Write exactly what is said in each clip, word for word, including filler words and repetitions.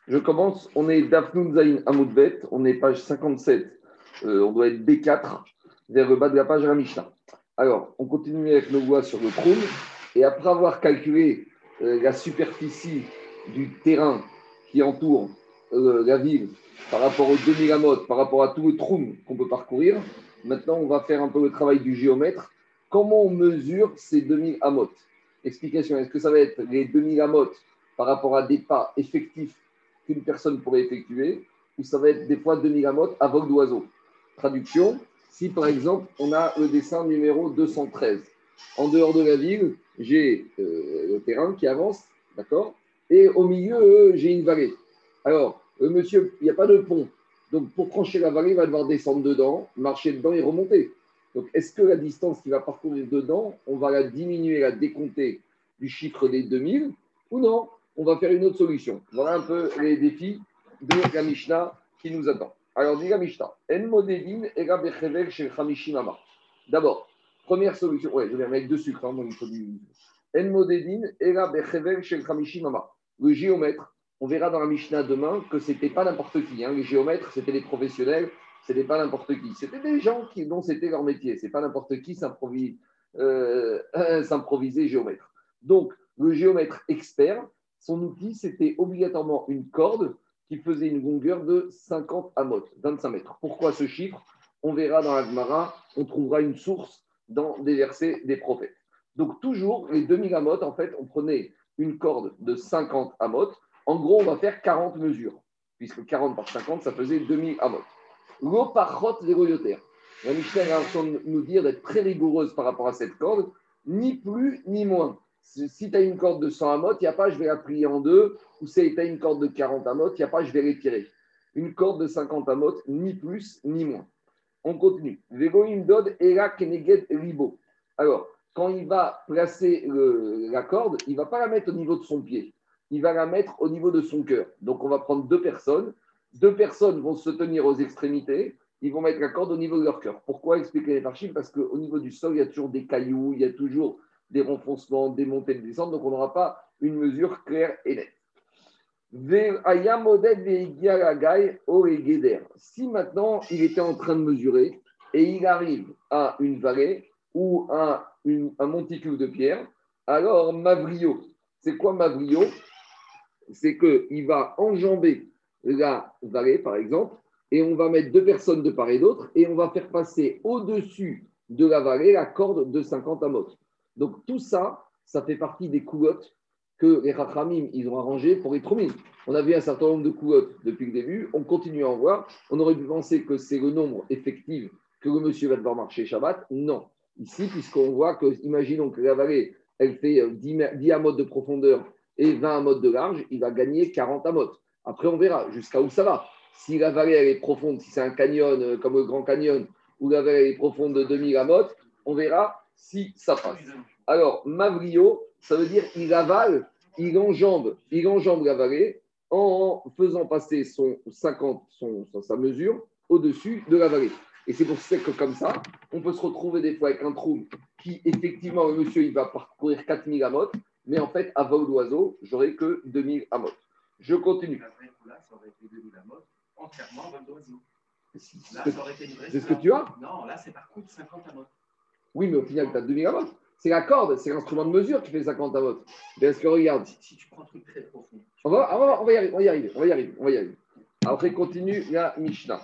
Je commence, on est Dafnoun Zain Amoudbet, on est page cinquante-sept, euh, on doit être B quatre, vers le bas de la page à la Mishnah. Alors, on continue avec nos voies sur le trône, et après avoir calculé euh, la superficie du terrain qui entoure euh, la ville par rapport aux deux mille amotes, par rapport à tout le trône qu'on peut parcourir, maintenant on va faire un peu le travail du géomètre. Comment on mesure ces deux mille amotes? Explication, est-ce que ça va être les deux mille amotes par rapport à des pas effectifs qu'une personne pourrait effectuer, ou ça va être des fois deux mille amotes à vol d'oiseau. Traduction, si par exemple on a le dessin numéro deux cent treize, en dehors de la ville, j'ai euh, le terrain qui avance, d'accord, et au milieu, euh, j'ai une vallée. Alors, le monsieur, il n'y a pas de pont, donc pour franchir la vallée, il va devoir descendre dedans, marcher dedans et remonter. Donc, est-ce que la distance qu'il va parcourir dedans, on va la diminuer, la décompter du chiffre des deux mille ou non? On va faire une autre solution. Voilà un peu les défis de la Mishnah qui nous attend. Alors, dit la Mishnah, En modedin era bechevel shel chamishim amah. D'abord, première solution, ouais, je vais mettre deux sucres, hein, donc il faut du. En modedin era bechevel shel chamishim amah. Le géomètre, on verra dans la Mishnah demain que c'était pas n'importe qui. Hein. Les géomètres, c'était des professionnels, c'était pas n'importe qui. C'était des gens qui, dont c'était leur métier. C'est pas n'importe qui s'improviser euh, géomètre. Donc, le géomètre expert, son outil, c'était obligatoirement une corde qui faisait une longueur de cinquante amotes, vingt-cinq mètres. Pourquoi ce chiffre? On verra dans la Gemara, on trouvera une source dans des versets des prophètes. Donc, toujours, les deux mille amotes, en fait, on prenait une corde de cinquante amotes. En gros, on va faire quarante mesures, puisque quarante par cinquante, ça faisait deux mille amotes. L'opachot véroyoter. La Mishnah a l'intention de nous dire d'être très rigoureuse par rapport à cette corde, ni plus ni moins. Si tu as une corde de cent amotes, il n'y a pas je vais la plier en deux, ou si tu as une corde de quarante amotes, il n'y a pas je vais l'étirer. Une corde de cinquante amotes, ni plus ni moins. On continue. Vegoïm era keneged ribo. Alors, quand il va placer le, la corde, il ne va pas la mettre au niveau de son pied, il va la mettre au niveau de son cœur. Donc, on va prendre deux personnes. Deux personnes vont se tenir aux extrémités, ils vont mettre la corde au niveau de leur cœur. Pourquoi expliquer les parchimes? Parce qu'au niveau du sol, il y a toujours des cailloux, il y a toujours des renfoncements, des montées, des descentes, donc on n'aura pas une mesure claire et nette. Si maintenant il était en train de mesurer et il arrive à une vallée ou à une, un monticule de pierre, alors Mavrio, c'est quoi Mavrio? C'est qu'il va enjamber la vallée, par exemple, et on va mettre deux personnes de part et d'autre, et on va faire passer au-dessus de la vallée la corde de cinquante amotes. Donc tout ça, ça fait partie des coulottes que les Rachamim, ils ont arrangées pour les Troumim. On a vu un certain nombre de coulottes depuis le début, on continue à en voir. On aurait pu penser que c'est le nombre effectif que le monsieur va devoir marcher Shabbat. Non. Ici, puisqu'on voit que, imaginons que la vallée, elle fait dix amotes de profondeur et vingt amotes de large, il va gagner quarante amotes. Après, on verra jusqu'à où ça va. Si la vallée elle est profonde, si c'est un canyon euh, comme le Grand Canyon, ou la vallée est profonde de deux mille amotes, on verra si ça passe. Alors, Mavrio, ça veut dire il avale, il enjambe, il enjambe la vallée en faisant passer son cinquante, son, sa mesure au-dessus de la vallée. Et c'est pour ça que comme ça, on peut se retrouver des fois avec un trou qui, effectivement, le monsieur, il va parcourir quatre mille amotes, mais en fait, à vol d'oiseau, j'aurai que deux mille amotes. Je continue. La vraie coula, ça aurait été deux mille amotes, entièrement vol d'oiseau. Là, ça aurait été une vraie. C'est ce que tu as? Non, là, c'est par contre cinquante amotes. Oui, mais au final, tu as deux mille amotes. C'est la corde, c'est l'instrument de mesure qui fait cinquante amotes. Parce que regarde. Si, si tu prends un truc très profond. On va, on, va, on, va y arriver, on va y arriver, on va y arriver, on va y arriver. Après, continue la Mishnah.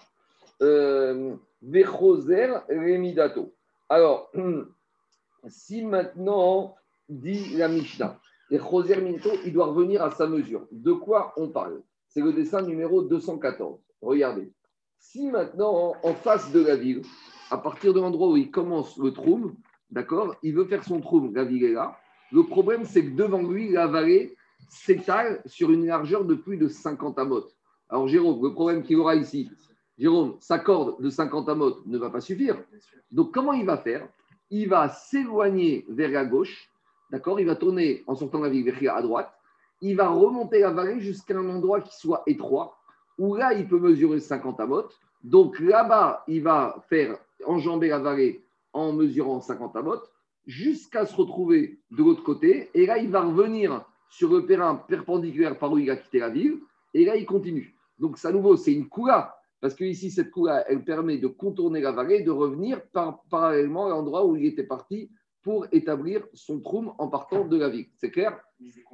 Vechoser remidato. Alors, si maintenant, dit la Mishnah, Vechoser remidato, il doit revenir à sa mesure. De quoi on parle? C'est le dessin numéro deux cent quatorze. Regardez. Si maintenant, en face de la ville, à partir de l'endroit où il commence le troum, d'accord, il veut faire son troum, la ville est là. Le problème, c'est que devant lui, la vallée s'étale sur une largeur de plus de cinquante amotes. Alors, Jérôme, le problème qu'il aura ici, Jérôme, sa corde de cinquante amotes ne va pas suffire. Donc, comment il va faire? Il va s'éloigner vers la gauche, d'accord? Il va tourner en sortant de la ville vers à droite. Il va remonter la vallée jusqu'à un endroit qui soit étroit, où là, il peut mesurer cinquante amotes. Donc, là-bas, il va faire enjamber la vallée en mesurant cinquante amotes jusqu'à se retrouver de l'autre côté. Et là, il va revenir sur le terrain perpendiculaire par où il a quitté la ville. Et là, il continue. Donc, c'est à nouveau, c'est une coula. Parce que ici, cette coula, elle permet de contourner la vallée, de revenir par, parallèlement à l'endroit où il était parti pour établir son troum en partant de la ville. C'est clair?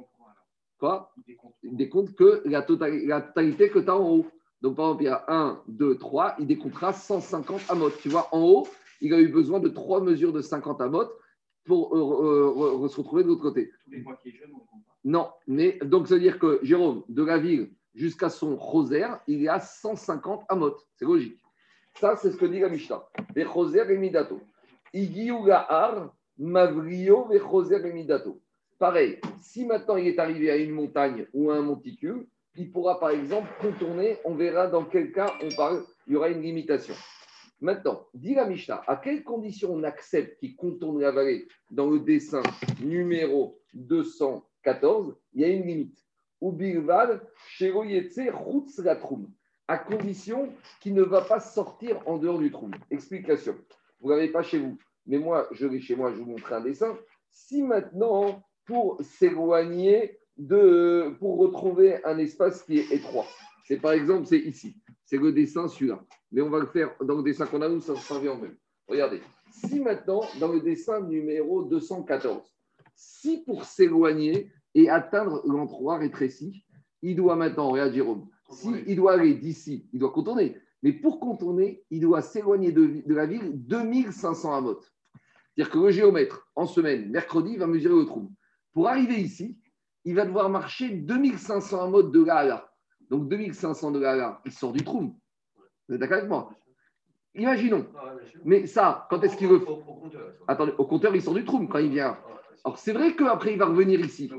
Quoi? Il décompte que la, total, la totalité que tu as en haut. Donc, par exemple, il y a un, deux, trois, il décomptera cent cinquante amot. Tu vois, en haut, il a eu besoin de trois mesures de cinquante amot pour euh, euh, se retrouver de l'autre côté. Tous les mois qui est jeune, on ne compte pas. Non, mais donc ça veut dire que Jérôme, de la ville jusqu'à son rosaire, il y a cent cinquante amot. C'est logique. Ça, c'est ce que dit la Mishnah. Vechoser et midato. Igiu ga'ar, mavrio, vechoser et midato. Pareil, si maintenant il est arrivé à une montagne ou à un monticule, il pourra par exemple contourner, on verra dans quel cas on parle, il y aura une limitation. Maintenant, dit la Mishnah, à quelles conditions on accepte qu'il contourne la vallée dans le dessin numéro deux cent quatorze? Il y a une limite. Ou bilvad, sheroyetse, chutz la troum. À condition qu'il ne va pas sortir en dehors du troum. Explication. Vous ne l'avez pas chez vous, mais moi, je l'ai chez moi, je vous montre un dessin. Si maintenant, pour s'éloigner, de, pour retrouver un espace qui est étroit, c'est par exemple, c'est ici. C'est le dessin celui-là. Mais on va le faire dans le dessin qu'on a, nous, ça se revient en même. Regardez. Si maintenant, dans le dessin numéro deux cent quatorze, si pour s'éloigner et atteindre l'endroit rétréci, il doit maintenant, regarde Jérôme, si il doit aller d'ici, il doit contourner. Mais pour contourner, il doit s'éloigner de, de la ville deux mille cinq cents amot. C'est-à-dire que le géomètre, en semaine, mercredi, il va mesurer le trou. Pour arriver ici, il va devoir marcher deux mille cinq cents amot de là à là. Donc deux mille cinq cents de là à là, il sort du trou. Vous êtes d'accord avec moi? Imaginons. Mais ça, quand est-ce qu'il veut? Attendez, au compteur, il sort du trou quand il vient. Alors c'est vrai qu'après, il va revenir ici.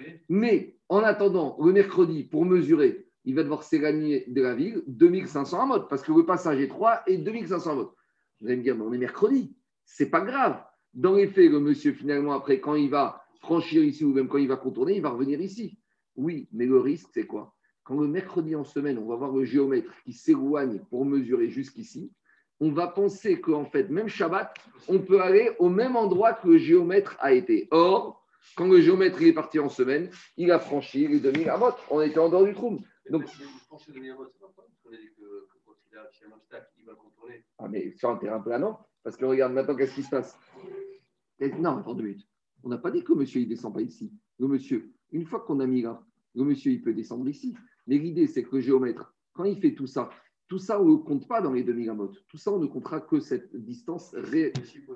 Mais en attendant, le mercredi, pour mesurer, il va devoir s'éloigner de la ville deux mille cinq cents amot parce que le passage est trois et deux mille cinq cents amot. Vous allez me dire, mais on est mercredi. C'est pas grave. Dans les faits, le monsieur, finalement, après, quand il va franchir ici ou même quand il va contourner, il va revenir ici. Oui, mais le risque, c'est quoi? Quand le mercredi en semaine, on va voir le géomètre qui s'éloigne pour mesurer jusqu'ici, on va penser qu'en fait, même Shabbat, on peut aller au même endroit que le géomètre a été. Or, quand le géomètre il est parti en semaine, il a franchi les deux mille amot. On était en dehors du trou. Donc, ah, mais sur un terrain plat, non. Parce que regarde, maintenant, qu'est-ce qui se passe? Non, attends deux minutes. On n'a pas dit que le monsieur, il ne descend pas ici. Le monsieur, une fois qu'on a mis là, le monsieur, il peut descendre ici. Mais l'idée, c'est que le géomètre, quand il fait tout ça, tout ça, on ne compte pas dans les deux mille amot. Tout ça, on ne comptera que cette distance réelle.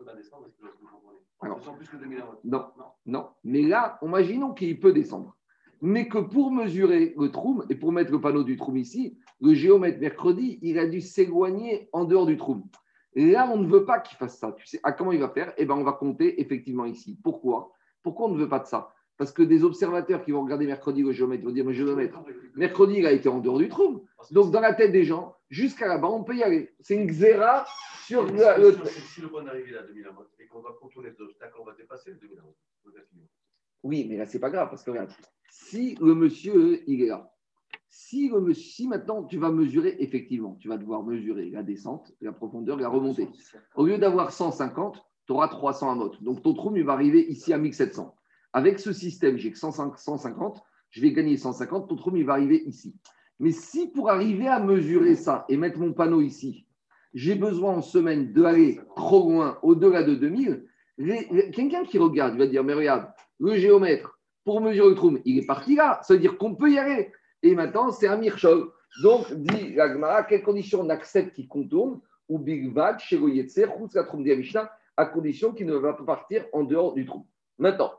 Alors, non, non. Mais là, imaginons qu'il peut descendre. Mais que pour mesurer le trou et pour mettre le panneau du trou ici, le géomètre mercredi, il a dû s'éloigner en dehors du trou. Et là, on ne veut pas qu'il fasse ça. Tu sais, à comment il va faire? Eh bien, on va compter effectivement ici. Pourquoi? Pourquoi on ne veut pas de ça? Parce que des observateurs qui vont regarder mercredi le géomètre vont dire, mais géomètre, mercredi, il a été en dehors du trou. Donc, dans la tête des gens, jusqu'à là-bas, on peut y aller. C'est une xéra sur si, la, le... Si le point d'arrivée est à deux mille amot et qu'on va contourner les obstacles, on va dépasser les deux mille amot. Oui, mais là, ce n'est pas grave. Parce que regarde, si le monsieur, il est là, si, le monsieur, si maintenant tu vas mesurer, effectivement, tu vas devoir mesurer la descente, la profondeur, la remontée. Au lieu d'avoir cent cinquante, tu auras trois cents amot. Donc, ton trou, il va arriver ici à mille sept cents. Avec ce système, j'ai que cent cinquante, je vais gagner cent cinquante, ton trou, il va arriver ici. Mais si pour arriver à mesurer ça et mettre mon panneau ici, j'ai besoin en semaine d'aller trop loin, au-delà de deux mille, les, les, quelqu'un qui regarde, il va dire, mais regarde, le géomètre, pour mesurer le trou, il est parti là. Ça veut dire qu'on peut y aller. Et maintenant, c'est un mirchol. Donc, dit l'Agmara, à quelles conditions on accepte qu'il contourne, ou Big Bad, chez Goyetzer, Khoutzka Troum Mishnah, à condition qu'il ne va pas partir en dehors du trou. Maintenant,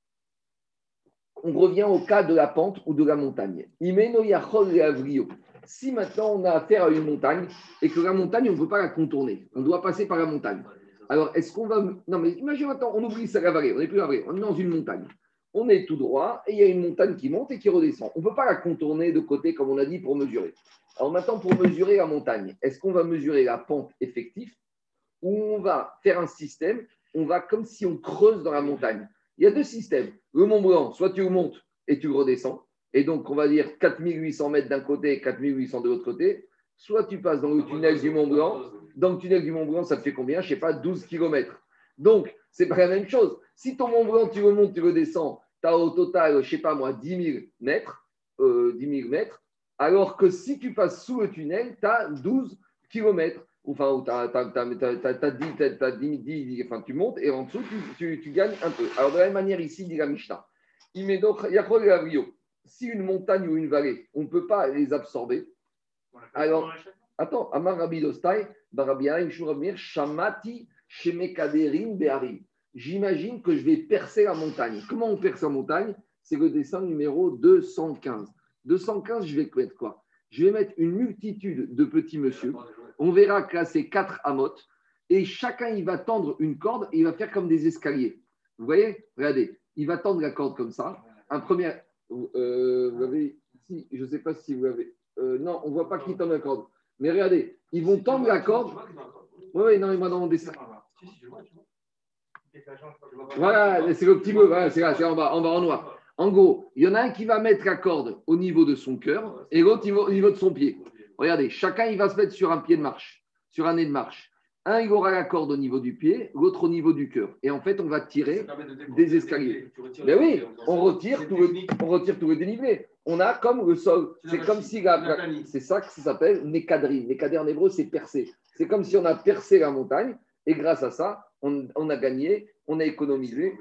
on revient au cas de la pente ou de la montagne. Imeno Yachol et Avrio. Si maintenant on a affaire à une montagne et que la montagne, on ne peut pas la contourner, on doit passer par la montagne. Alors, est-ce qu'on va. Non, mais imagine maintenant, on oublie ça, la vallée, on n'est plus la vallée, on est dans une montagne. On est tout droit et il y a une montagne qui monte et qui redescend. On ne peut pas la contourner de côté, comme on a dit, pour mesurer. Alors maintenant, pour mesurer la montagne, est-ce qu'on va mesurer la pente effective ou on va faire un système, on va comme si on creuse dans la montagne? Il y a deux systèmes. Le Mont Blanc, soit tu le montes et tu le redescends, et donc on va dire quatre mille huit cents mètres d'un côté et quatre mille huit cents de l'autre côté, soit tu passes dans le tunnel du Mont Blanc. Dans le tunnel du Mont Blanc, ça te fait combien? Je ne sais pas, douze kilomètres. Donc, ce n'est pas la même chose. Si ton Mont Blanc, tu le montes, tu le descends, tu as au total, je ne sais pas moi, dix mille mètres, euh, dix mille mètres, Alors que si tu passes sous le tunnel, tu as douze kilomètres. Enfin, enfin, tu montes et en dessous, tu, tu, tu gagnes un peu. Alors, de la même manière, ici, dit la Mishnah, si une montagne ou une vallée, on ne peut pas les absorber, alors, attends, Amar Rabbi Dostai, Barabi Haim, Shurabir, Shamati, Shemekaderim, Beharim. J'imagine que je vais percer la montagne. Comment on perce la montagne? C'est le dessin numéro deux cent quinze. deux cent quinze, je vais mettre quoi? Je vais mettre une multitude de petits monsieur. On verra que là, c'est quatre amotes. Et chacun, il va tendre une corde et il va faire comme des escaliers. Vous voyez? Regardez, il va tendre la corde comme ça. Un premier. Euh, vous avez, si, je ne sais pas si vous avez. Euh, non, on ne voit pas qui tend la corde. Mais regardez, ils vont tendre la corde. Oui, oui, non, mais moi dans mon dessin. Voilà, c'est le petit mot. Voilà, c'est là, c'est en bas, en bas, en noir. En gros, il y en a un qui va mettre la corde au niveau de son cœur et l'autre au niveau de son pied. Regardez, chacun, il va se mettre sur un pied de marche, sur un nez de marche. Un, il aura la corde au niveau du pied, l'autre au niveau du cœur. Et en fait, on va tirer des escaliers. Mais oui, on retire, tout le, on retire tout le dénivelé. On a comme le sol. C'est comme si la, c'est ça que ça s'appelle Nekadri. Nekadri en hébreu, c'est percer. C'est comme si on a percé la montagne et grâce à ça, on, on a gagné, on a économisé.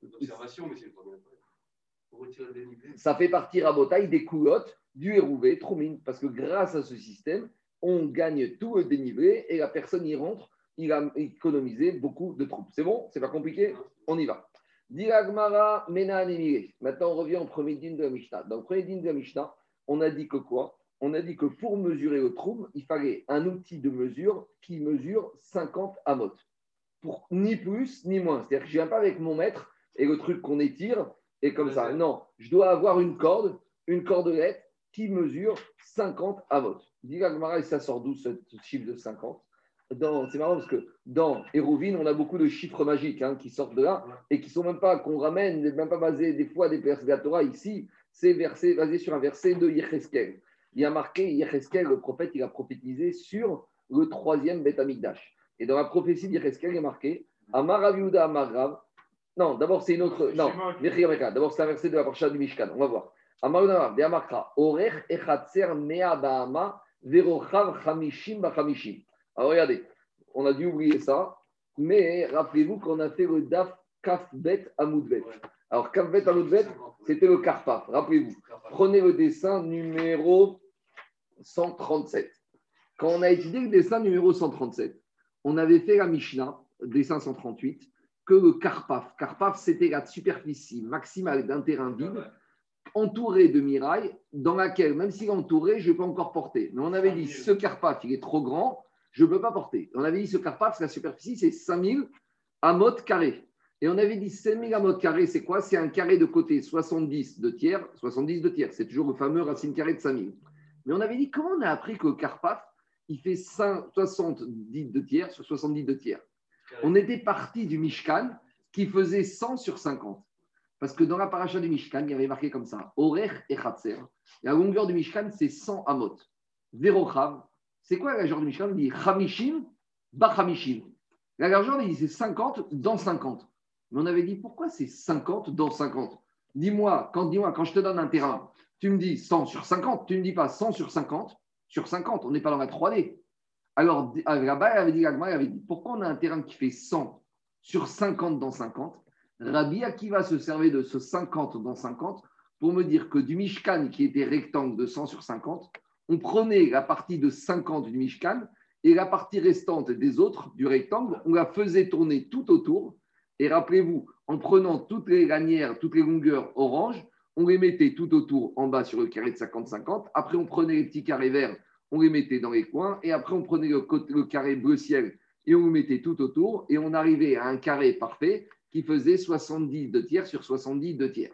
Ça fait partir à Botaï des coulottes du Hérouvé, Troumine, parce que grâce à ce système, on gagne tout le dénivelé et la personne y rentre, il a économisé beaucoup de troupes. C'est bon? C'est pas compliqué? On y va. Diragmara, Mena Anemire. Maintenant, on revient au premier dîme de la Mishnah. Dans le premier dîme de la Mishnah, on a dit que quoi? On a dit que pour mesurer le trouble, il fallait un outil de mesure qui mesure cinquante amot. Pour ni plus ni moins. C'est-à-dire que je ne viens pas avec mon mètre et le truc qu'on étire et comme ça. Non, je dois avoir une corde, une cordelette qui mesure cinquante amot. Dit Gagmara, et ça sort d'où ce chiffre de cinquante? Dans, c'est marrant parce que dans Hérouvine, on a beaucoup de chiffres magiques hein, qui sortent de là et qui ne sont même pas, qu'on ramène, même pas basés des fois des versets de la Torah. Ici, c'est versé, basé sur un verset de Yecheskel. Il y a marqué Yecheskel, le prophète, il a prophétisé sur le troisième Beth Amikdash. Et dans la prophétie de Yecheskel, il y a marqué Amar Rav Yehuda Amar Rav. Non, d'abord c'est une autre. Non, d'abord c'est un verset de la parasha du Mishkan. On va voir. Amar Yehuda Amar, de Amakra, Orech Echatzer Mea Bahama, Verochav Chamishim Bachamishim. Alors regardez, on a dû oublier ça, mais rappelez-vous qu'on a fait le Daf Kafbet Amoudbet. Alors Kafbet Amoudbet, c'était le Karpaf, rappelez-vous. Prenez le dessin numéro cent trente-sept. Quand on a étudié le dessin numéro cent trente-sept, on avait fait la Mishnah, dessin cent trente-huit, que le Karpaf. Karpaf, c'était la superficie maximale d'un terrain vide entouré de mirailles, dans laquelle, même s'il est entouré, je ne peux encore porter. Mais on avait dit, ce Karpaf, il est trop grand, je ne peux pas porter. On avait dit, ce Karpaf, la superficie, c'est cinq mille amot carrés. Et on avait dit, cinq mille amot carrés, c'est quoi? C'est un carré de côté soixante-dix de tiers. soixante-dix de tiers, c'est toujours le fameux racine carré de cinq mille. Mais on avait dit, comment on a appris que le Karpaf, il fait soixante-dix de tiers sur soixante-dix de tiers? On était parti du Mishkan qui faisait cent sur cinquante. Parce que dans la paracha du Mishkan, il y avait marqué comme ça, Orech et Khatser. La longueur du Mishkan, c'est cent amot. Verochav, c'est quoi la largeur du Mishkan? Il dit Chamishim, Bachamishim. La largeur, il dit c'est cinquante dans cinquante. Mais on avait dit, pourquoi c'est cinquante dans cinquante? Dis-moi, quand, dis-moi, quand je te donne un terrain, tu me dis cent sur cinquante, tu ne me dis pas cent sur cinquante sur cinquante, on n'est pas dans la trois D. Alors, là-bas, il avait dit, il avait dit, pourquoi on a un terrain qui fait cent sur cinquante dans cinquante? Rabbi Akiva se servait de ce cinquante dans cinquante pour me dire que du Mishkan qui était rectangle de cent sur cinquante, on prenait la partie de cinquante du Mishkan et la partie restante des autres du rectangle, on la faisait tourner tout autour. Et rappelez-vous, en prenant toutes les lanières, toutes les longueurs orange, on les mettait tout autour en bas sur le carré de cinquante cinquante. Après, on prenait les petits carrés verts, on les mettait dans les coins. Et après, on prenait le, côté, le carré bleu ciel et on le mettait tout autour. Et on arrivait à un carré parfait qui faisait soixante-dix de tiers sur soixante-dix de tiers.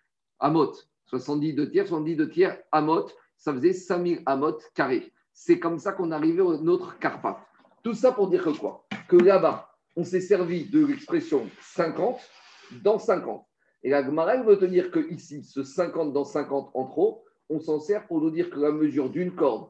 Amot, soixante-dix de tiers, soixante-dix de tiers, amot, ça faisait cinq mille amot carrés. C'est comme ça qu'on arrivait à notre Karpaf. Tout ça pour dire que quoi? Que là-bas, on s'est servi de l'expression cinquante dans cinquante. Et la Gemara veut te dire que ici, ce cinquante dans cinquante en trop, on s'en sert pour nous dire que la mesure d'une corde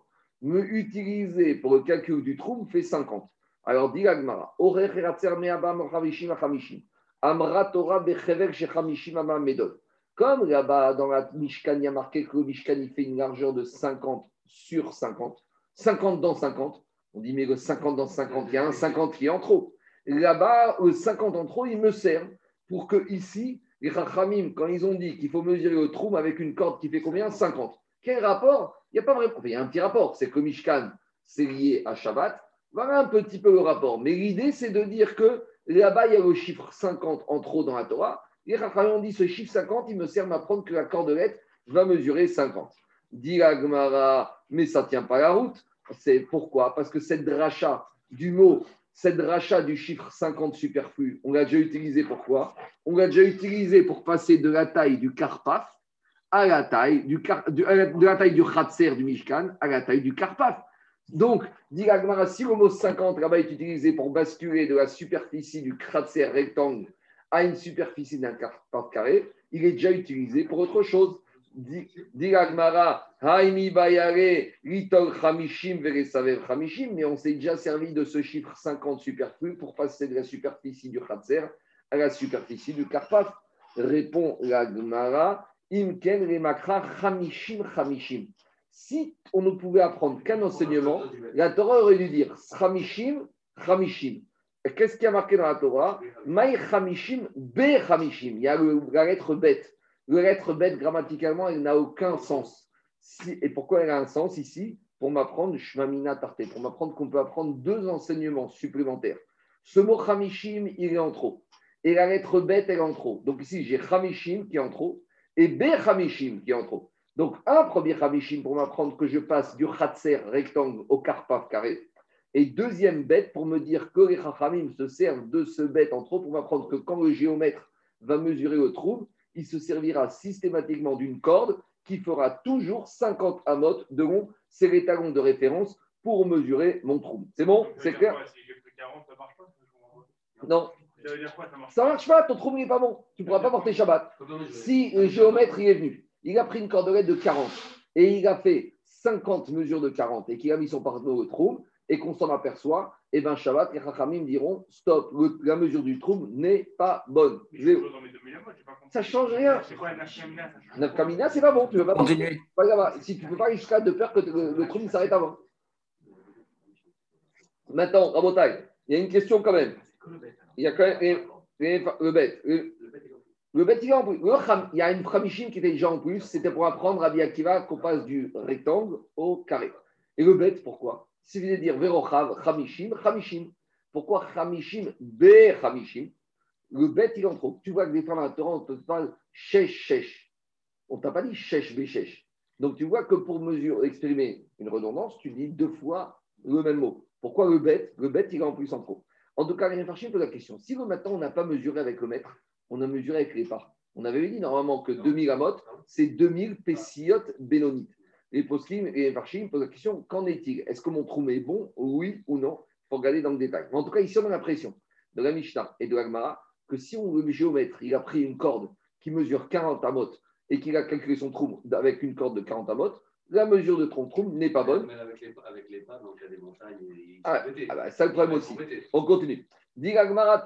utilisée pour le calcul du trou fait cinquante. Alors, dit la Gemara, Amra Torah bechever shechamishim ama medod. Comme là-bas, dans la Mishkan, il y a marqué que le Mishkan, il fait une largeur de cinquante sur cinquante, cinquante dans cinquante. On dit, mais le cinquante dans cinquante, il y a un cinquante qui est en trop. Là-bas, le cinquante en trop, il me sert pour que ici, les Chachamim, quand ils ont dit qu'il faut mesurer le troum avec une corde qui fait combien? cinquante. Quel rapport? Il n'y a pas vraiment. Enfin, il y a un petit rapport. C'est que le Mishkan, c'est lié à Shabbat. Voilà un petit peu le rapport. Mais l'idée, c'est de dire que là-bas, il y a le chiffre cinquante en trop dans la Torah. Les Chachamim ont dit ce chiffre cinquante, il me sert à apprendre que la cordelette va mesurer cinquante. Dit la Gemara, mais ça ne tient pas la route. C'est pourquoi? Parce que cette dracha du mot, cette dracha du chiffre cinquante superflu, on l'a déjà utilisé pourquoi? On l'a déjà utilisé pour passer de la taille du karpaf à la taille du, du, de la taille du khatser du Mishkan à la taille du karpaf. Donc, dit la Gemara, si le mot cinquante là-bas est utilisé pour basculer de la superficie du khatser rectangle à une superficie d'un karpaf carré, il est déjà utilisé pour autre chose. Dit la Gemara, Haïmi Bayare, Litol Chamishim, Veresaver Chamishim, mais on s'est déjà servi de ce chiffre cinquante superflu pour passer de la superficie du khatser à la superficie du karpaf. Répond la Gemara, Imken Remakra Chamishim Chamishim. Si on ne pouvait apprendre qu'un enseignement, la Torah aurait dû dire Chamishim, Chamishim. Qu'est-ce qui a marqué dans la Torah? Maï Chamishim, Be Chamishim. Il y a le, la lettre bête. La lettre bête, grammaticalement, elle n'a aucun sens. Si, et pourquoi elle a un sens ici? Pour m'apprendre Shmamina Tarté, pour m'apprendre qu'on peut apprendre deux enseignements supplémentaires. Ce mot Chamishim, il est en trop. Et la lettre bête, elle est en trop. Donc ici, j'ai Chamishim qui est en trop et Be Chamishim qui est en trop. Donc, un premier Chamishim pour m'apprendre que je passe du Khatser rectangle au Karpaf carré. Et deuxième bête pour me dire que les Chachamim se servent de ce bête en trop pour m'apprendre que quand le géomètre va mesurer le trou, il se servira systématiquement d'une corde qui fera toujours cinquante amot de long. C'est les talons de référence pour mesurer mon trou. C'est bon? C'est clair? Si j'ai pris quarante, ça marche pas? Non. Ça veut dire quoi? Ça marche Ça marche pas, ton trou n'est pas bon. Tu ne pourras pas porter Shabbat. Si le géomètre il est venu, il a pris une cordelette de quarante et il a fait cinquante mesures de quarante et qu'il a mis son partenaire au trou et qu'on s'en aperçoit, et bien Shabbat, les Chachamim diront stop, le, la mesure du trou n'est pas bonne. Ça ne change rien. C'est quoi un nafkamina? Nafkamina, c'est pas bon. Tu veux pas continuer. Si tu ne peux pas aller jusqu'à de peur que le, le trou s'arrête avant. Maintenant, Rabotai, il y a une question quand même. Il y a quand même les, les, le bête. Le, le bête, il y a en plus. Le kham, il y a une Chamishim qui était déjà en plus. C'était pour apprendre à Rabbi Akiva qu'on passe du rectangle au carré. Et le bête, pourquoi? Si vous voulez dire Verochav, Chamishim, Chamishim. Pourquoi Chamishim, Be Chamishim? Le bête, il est en trop. Tu vois que des fois dans la Torah, on te parle Shesh, Shesh. On ne t'a pas dit Shesh, Be Shesh. Donc tu vois que pour mesure, exprimer une redondance, tu dis deux fois le même mot. Pourquoi le bête? Le bête, il est en plus en trop. En tout cas, les réfléchis pose la question. Si maintenant, on n'a pas mesuré avec le mètre, on a mesuré avec les pas. On avait dit normalement que deux mille amot, c'est deux mille Pessiot Bénonites. Les poskim et les réfléchis posent la question, qu'en est-il? Est-ce que mon trou est bon, oui ou non? Il faut regarder dans le détail. Mais en tout cas, ici, on a l'impression de la Mishnah et de la Gemara que si on, le géomètre il a pris une corde qui mesure quarante amot et qu'il a calculé son trou avec une corde de quarante amot, la mesure de ton trou n'est pas bonne. Mais avec les, avec les pas, donc il y a des montagnes. Ils ah, ah bah, ça le problème aussi. On continue. La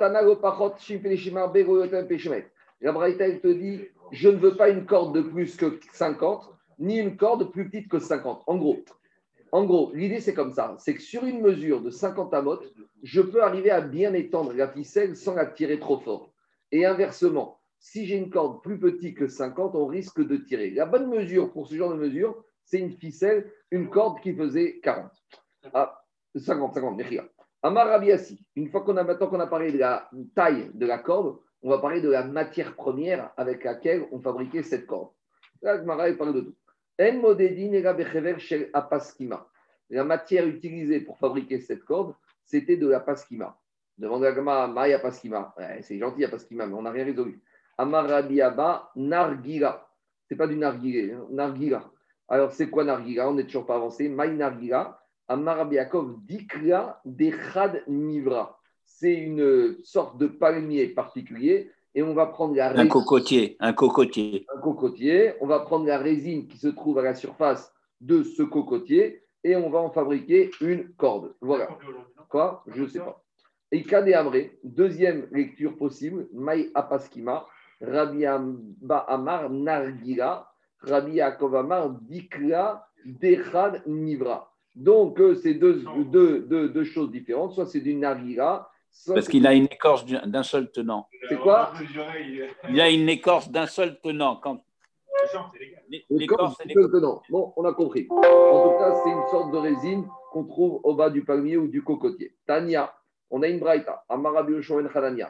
Braïta, elle te dit, je ne veux pas une corde de plus que cinquante, ni une corde plus petite que cinquante. En gros, en gros, l'idée c'est comme ça, c'est que sur une mesure de cinquante amot, je peux arriver à bien étendre la ficelle sans la tirer trop fort. Et inversement, si j'ai une corde plus petite que cinquante, on risque de tirer. La bonne mesure pour ce genre de mesure, c'est une ficelle, une corde qui faisait quarante. Ah, cinquante, cinquante, merci. Amar Rabiassi, une fois qu'on a maintenant qu'on a parlé de la taille de la corde, on va parler de la matière première avec laquelle on fabriquait cette corde. Là, Gemara parle de tout. En modedin ela bechever shel apaskima. La matière utilisée pour fabriquer cette corde, c'était de la paskima. Demande à Gemara, Maïa paskima. Ouais, c'est gentil la paskima, mais on n'a rien résolu. Amar Rabiaba, nargila. C'est pas du nargilé, hein, nargila. Alors, c'est quoi nargila? On n'est toujours pas avancé. Maï nargila. Amar Rabbi Yaakov, dikla dechad nivra. C'est une sorte de palmier particulier et on va prendre la résine. Un cocotier, un cocotier. Un cocotier. On va prendre la résine qui se trouve à la surface de ce cocotier et on va en fabriquer une corde. Voilà. Quoi? Je ne sais pas. Et Kadé Amré, deuxième lecture possible, Maï Apaskima, Rabbi Abba Amar Nargira, Rabbi Yaakov Amar Dikla Dechad Nivra. Donc, euh, c'est deux, deux, deux, deux choses différentes. Soit c'est du Nargira, soit Parce c'est qu'il a du... une écorce d'un seul tenant. C'est quoi? Il a une écorce d'un seul tenant. Quand... L'écorce, c'est l'écorce. Non. Bon, on a compris. En tout cas, c'est une sorte de résine qu'on trouve au bas du palmier ou du cocotier. Tania, on a une braïta. Amarabi Oshoen Hanania.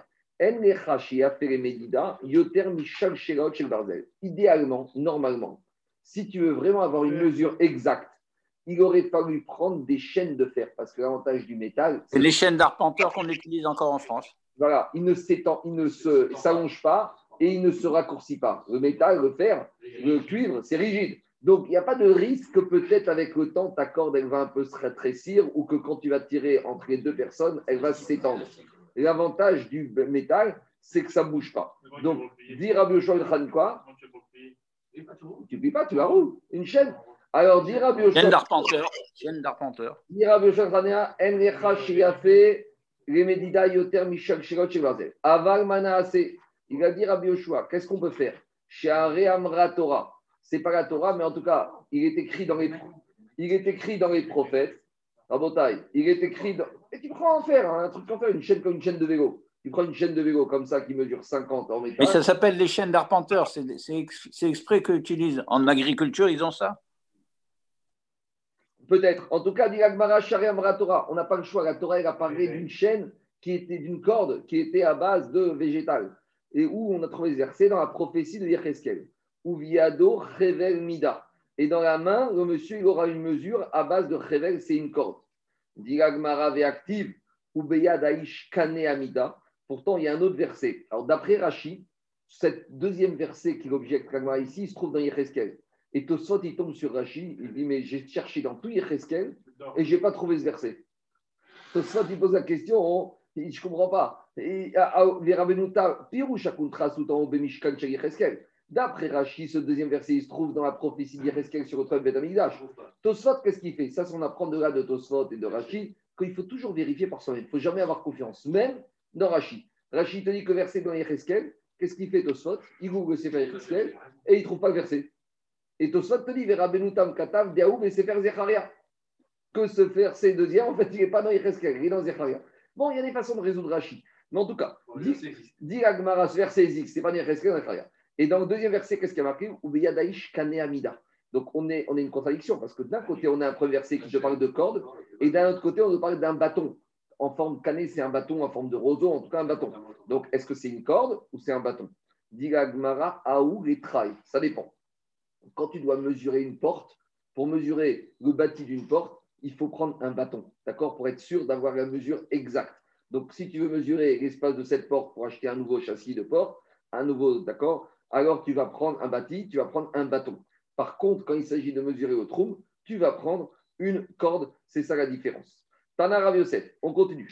Idéalement, normalement, si tu veux vraiment avoir une mesure exacte, il aurait fallu prendre des chaînes de fer, parce que l'avantage du métal, c'est les chaînes d'arpenteur qu'on utilise encore en France. Voilà, il ne s'étend, il ne se s'allonge pas et il ne se raccourcit pas. Le métal, le fer, le cuivre, c'est rigide. Donc, il n'y a pas de risque que peut-être avec le temps, ta corde, elle va un peu se rétrécir ou que quand tu vas tirer entre les deux personnes, elle va s'étendre. Et l'avantage du métal, c'est que ça ne bouge pas. Donc, dire à Biochon quoi? Tu ne plies pas, tu la roules. Une chaîne. Alors, dire à Biochon. Chaîne d'arpenteur. Chaîne d'arpenteur. Dire à Biochon Khania, En Lecha Shiafé, les Medida Yoter Michel Shirot Shilvazel. Aval Manaase. Il va dire à Biochua, qu'est-ce qu'on peut faire? Chez Amra Torah. Ce n'est pas la Torah, mais en tout cas, il est écrit dans les, il est écrit dans les prophètes. Rabotai, il est écrit dans... Et tu prends en faire, hein, un truc en faire, une chaîne comme une chaîne de vélo. Tu prends une chaîne de vélo comme ça qui mesure cinquante en métal. Mais ça s'appelle les chaînes d'arpenteur. C'est, c'est, c'est exprès qu'ils utilisent. En agriculture, ils ont ça? Peut-être. En tout cas, dit l'Agmara, Shari Amra Torah. On n'a pas le choix. La Torah, elle a parlé d'une chaîne qui était d'une corde qui était à base de végétal. Et où on a trouvé ce verset dans la prophétie de Yecheskel. Ou viado Chevel Mida. Et dans la main, le monsieur, il aura une mesure à base de Chevel, c'est une corde. Dit l'Agmara Ve'active. Ou Beyad Aish Kane Amida. Pourtant, il y a un autre verset. Alors, d'après Rashi, cet deuxième verset qui objecte l'Agmara ici, il se trouve dans Yecheskel. Et Tosfot, il tombe sur Rashi, il dit, mais j'ai cherché dans tout Yecheskel et je n'ai pas trouvé ce verset. Tosfot, il pose la question, on, je ne comprends pas. D'après Rashi, ce deuxième verset, il se trouve dans la prophétie d'Yecheskel sur le toit de Beth Amikdash. Tosfot, qu'est-ce qu'il fait? Ça, c'est on apprend de là de Tosfot et de Rashi, qu'il faut toujours vérifier par soi-même. Il ne faut jamais avoir confiance, même dans Rashi. Rashi te dit que le verset dans Yecheskel, qu'est-ce qu'il fait Tosfot? Il google le Sefer Yecheskel et il ne trouve pas le verset. Et Tosfot te dit, Vera Benutam Katav, Diaoub et Sefer Zecharia. Que ce verset deuxième, en fait, il n'est pas dans Yecheskel, il est dans Zecharia. Bon, il y a des façons de résoudre Rashi. Mais en tout cas, dit Agmara, ce verset existe, ce n'est pas dans Yecheskel, dans Zecharia. Et dans le deuxième verset, qu'est-ce qu'il y a marqué? Ubeyadaïsh Kane Amida. Donc, on est, on est une contradiction, parce que d'un côté, on a un premier verset qui te parle de corde, et d'un autre côté, on nous parle d'un bâton. En forme de canet, c'est un bâton, en forme de roseau, en tout cas un bâton. Donc, est-ce que c'est une corde ou c'est un bâton? Dit Agmara, Aou les trailles. Ça dépend. Quand tu dois mesurer une porte, pour mesurer le bâti d'une porte, il faut prendre un bâton, d'accord, pour être sûr d'avoir la mesure exacte. Donc, si tu veux mesurer l'espace de cette porte pour acheter un nouveau châssis de porte, un nouveau, d'accord, alors tu vas prendre un bâti, tu vas prendre un bâton. Par contre, quand il s'agit de mesurer au trou, tu vas prendre une corde. C'est ça la différence. Tana Rav Yosef, on continue.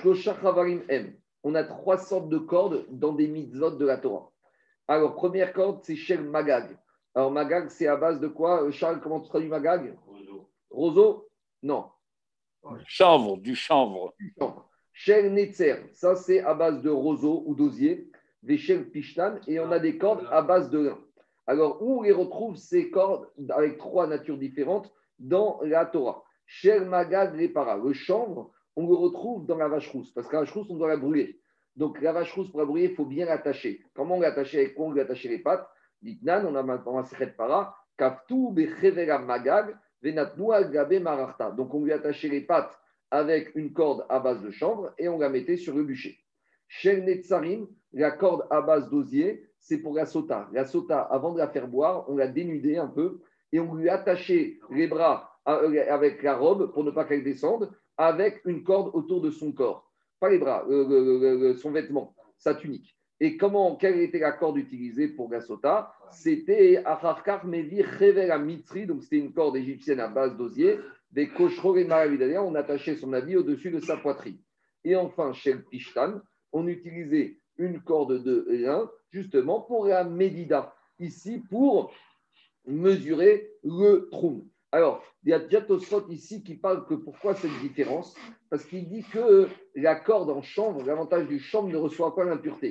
On a trois sortes de cordes dans des mitzvot de la Torah. Alors, première corde, c'est Shel Magag. Alors, Magag, c'est à base de quoi? Charles, comment tu traduis Magag? Roseau. Roseau? Non. Chanvre, du chanvre. Shel Netzer, ça c'est à base de roseau ou d'osier. Véchel Pishtan, et on a des cordes à base de lin. Alors, où on les retrouve ces cordes avec trois natures différentes dans la Torah? Shel Magag Repara. Le chanvre, on le retrouve dans la vache rousse, parce que la vache rousse, on doit la brûler. Donc, la vache rousse, pour la brûler, il faut bien l'attacher. Comment on l'attache? Avec quoi on l'attache les pattes? Ditnan, on a maintenant un secret para, Kaftu Bechevera Magag, Venatnu Al-Gabe Mararta. Donc, on lui attachait les pattes avec une corde à base de chanvre et on la mettait sur le bûcher. Shel Netzarim, la corde à base d'osier, c'est pour la sota. La sota, avant de la faire boire, on la dénudait un peu et on lui attachait les bras avec la robe pour ne pas qu'elle descende, avec une corde autour de son corps. Pas les bras, euh, euh, euh, son vêtement, sa tunique. Et comment, quelle était la corde utilisée pour la sota? C'était Acharkar Mevi Revela Mitri, donc c'était une corde égyptienne à base d'osier, des Koshro et Maravidalia, on attachait son habit au-dessus de sa poitrine. Et enfin, chez le Pishtan, on utilisait une corde de lin, justement pour la Médida, ici pour mesurer le trou. Alors, il y a déjà Tosfot ici qui parle que pourquoi cette différence? Parce qu'il dit que la corde en chanvre, l'avantage du chanvre ne reçoit pas l'impureté.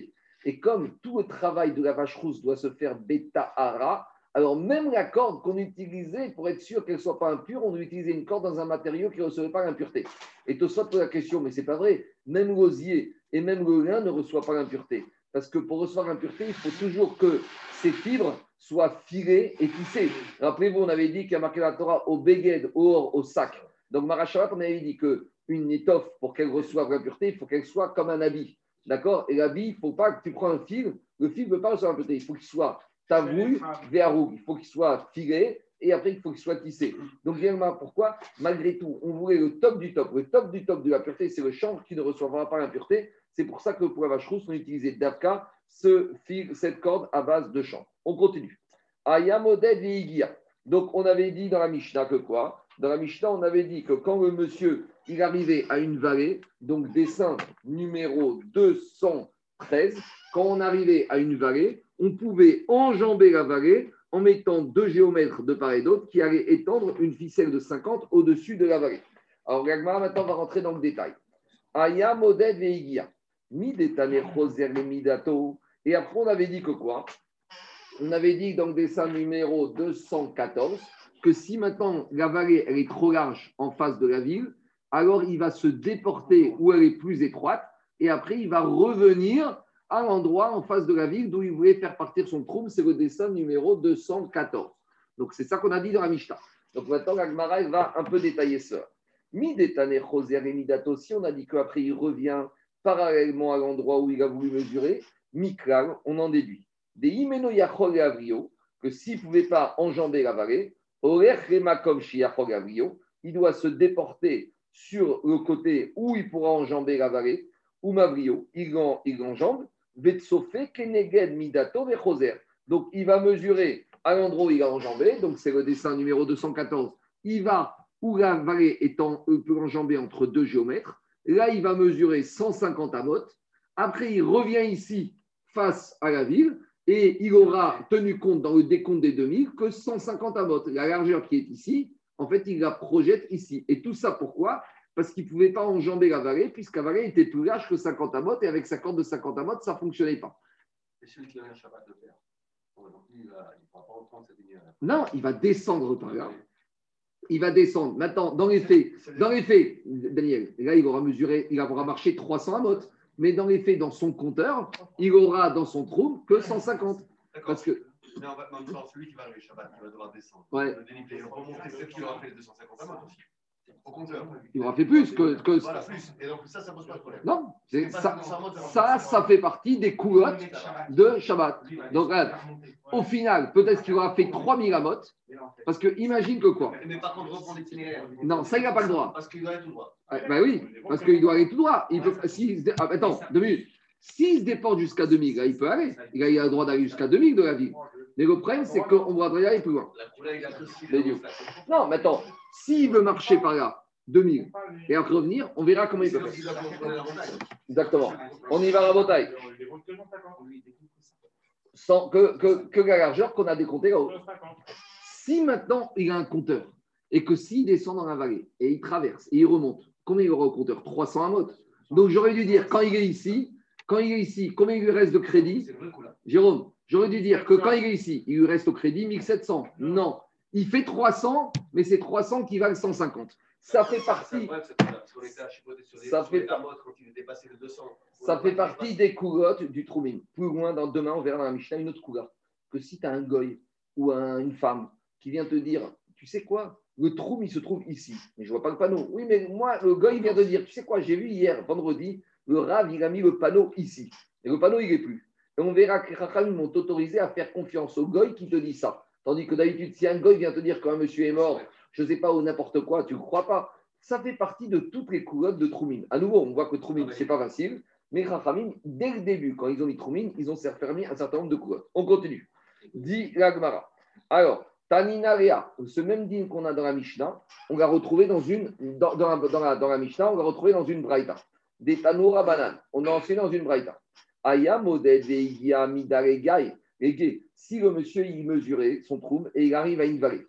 Et comme tout le travail de la vache rousse doit se faire bêta hara, alors même la corde qu'on utilisait pour être sûr qu'elle ne soit pas impure, on utilisait une corde dans un matériau qui ne recevait pas l'impureté. Et Tosfot pose la question, mais ce n'est pas vrai. Même l'osier et même le lin ne reçoivent pas l'impureté. Parce que pour recevoir l'impureté, il faut toujours que ces fibres soient filées et tissées. Rappelez-vous, on avait dit qu'il y a marqué la Torah au beged, au or, au sac. Donc Marachalat, on avait dit qu'une étoffe, pour qu'elle reçoive l'impureté, il faut qu'elle soit comme un habit. D'accord? Et l'habit, il ne faut pas que tu prends un fil, le fil ne veut pas recevoir l'impureté. Il faut qu'il soit tavouille, véaroug. Il faut qu'il soit filé et après il faut qu'il soit tissé. Donc, pourquoi? Malgré tout, on voulait le top du top. Le top du top de la pureté, c'est le chanvre qui ne recevra pas l'impureté. C'est pour ça que pour la vache rousse, on utilisait d'Avka, ce fil, cette corde à base de chanvre. On continue. Ayamoded Veigia. Donc, on avait dit dans la Mishnah que quoi? Dans la Mishnah, on avait dit que quand le monsieur il arrivait à une vallée, donc dessin numéro deux cent treize, quand on arrivait à une vallée, on pouvait enjamber la vallée en mettant deux géomètres de part et d'autre qui allaient étendre une ficelle de cinquante au-dessus de la vallée. Alors, Gagmara, maintenant, on va rentrer dans le détail. Aya moded veigia. Midetane choser le midato. Et après, on avait dit que quoi? On avait dit dans le dessin numéro deux cent quatorze que si maintenant la vallée elle est trop large en face de la ville, alors il va se déporter où elle est plus étroite et après il va revenir à l'endroit en face de la ville d'où il voulait faire partir son troum, c'est le dessin numéro deux cent quatorze. Donc c'est ça qu'on a dit dans la Mishnah. Donc maintenant la Gemara va un peu détailler ça. Midetane choser et midato, si on a dit qu'après il revient parallèlement à l'endroit où il a voulu mesurer, Mikral, on en déduit. Des imeno yachol et avrio, que s'il ne pouvait pas enjamber la vallée, orer remakom shi yachol et avrio, il doit se déporter sur le côté où il pourra enjamber la vallée, ou mavrio, il, en, il enjambe, vetsofe keneged midato vechoser. Donc il va mesurer à l'endroit où il a enjambé, donc c'est le dessin numéro deux cent quatorze, il va où la vallée étant, peut enjamber entre deux géomètres, là il va mesurer cent cinquante amotes, après il revient ici face à la ville, et il aura tenu compte dans le décompte des deux mille que cent cinquante amotes. La largeur qui est ici, en fait, il la projette ici. Et tout ça, pourquoi? Parce qu'il ne pouvait pas enjamber la vallée, puisque la vallée était plus large que cinquante amotes, et avec sa corde de cinquante amotes, ça ne fonctionnait pas. Et celui qui a un Shabbat de faire, donc lui, il ne pourra pas reprendre cette ligne. Non, il va descendre par là. Il va descendre. Maintenant, dans les faits, dans les faits, Daniel, là, il aura mesuré, il aura marché trois cents amotes. Mais dans les faits, dans son compteur, il aura dans son trou que cent cinquante. Parce que. Mais en même temps, celui qui va arriver Shabbat, il va devoir descendre. Ouais. Le dénivelé, remonter, peut-être qu'il aura fait les deux cent cinquante amotes aussi. Au compteur. Il aura fait plus que. que... Voilà, plus. Et donc ça, ça ne pose pas de problème. Non, c'est, ça, ça, ça fait partie des coulottes de Shabbat. Donc, regarde, au final, peut-être qu'il aura fait trois mille amotes. Parce que imagine que quoi? Mais par contre, reprendre l'itinéraire. Non, ça, il n'a pas le droit. Parce qu'il doit aller tout droit. Ah, ben oui, parce qu'il doit aller tout droit. Il peut, si, ah, attends, deux minutes. S'il se déporte jusqu'à deux mille, là, il peut aller. Il a, il a le droit d'aller jusqu'à deux mille de la ville. Mais le problème, c'est qu'on va aller plus loin. Non, mais attends, s'il veut marcher par là, deux mille, et après revenir, on verra comment il peut faire. Exactement. On y va à la bataille. Sans que, que, que la largeur qu'on a décomptée là-haut. Si maintenant, il a un compteur, et que s'il descend dans la vallée, et il traverse, et il remonte, combien il aura au compteur? trois cents amotes. Donc j'aurais dû dire, quand il est ici, quand il est ici, combien il lui reste de crédit? Jérôme, j'aurais dû dire que quand il est ici, il lui reste au crédit mille sept cents. Non, il fait trois cents, mais c'est trois cents qui valent cent cinquante. Ça fait partie. Ça fait, ça fait partie des coulottes du Troumim. Plus loin, dans, demain, on verra dans la Mishnah une autre coulotte. Que si tu as un goy ou un, une femme qui vient te dire, tu sais quoi, le Troum, il se trouve ici. Mais je ne vois pas le panneau. Oui, mais moi, le goy vient de dire, tu sais quoi, j'ai vu hier, vendredi, le Rav, il a mis le panneau ici. Et le panneau, il n'est plus. Et on verra que les Chachamim m'ont autorisé à faire confiance au goy qui te dit ça. Tandis que d'habitude, si un goy vient te dire qu'un monsieur est mort, je ne sais pas, ou n'importe quoi, tu ne crois pas. Ça fait partie de toutes les coulottes de Troumim. À nouveau, on voit que Troumim, ce n'est pas facile. Mais Chachamim, dès le début, quand ils ont mis Troumim, ils ont fermé un certain nombre de coulottes. On continue. Dit la Gemara. Alors, Tanina Réa, ce même dîme qu'on a dans la Mishnah, on l'a retrouvé dans une, dans, dans, la, dans, la, dans la Mishnah, on l'a retrouvé dans une Braïta. Des Tanoura Banan. On a enseigné dans une Braïta. Aya Moded Veigia Midare Gai. Et si le monsieur, il mesurait son troum et il arrive à une vallée.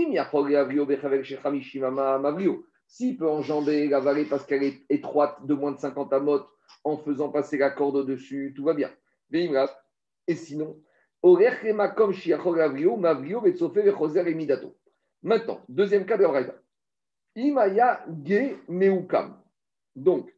S'il peut enjamber la vallée parce qu'elle est étroite de moins de cinquante amotes en faisant passer la corde au-dessus, tout va bien. Et sinon, Orech le makom shiachol avrio, mavrio, vetsofe, vechoser et midato. Maintenant, deuxième cas de Braïta. Imaya ge meukam. Donc,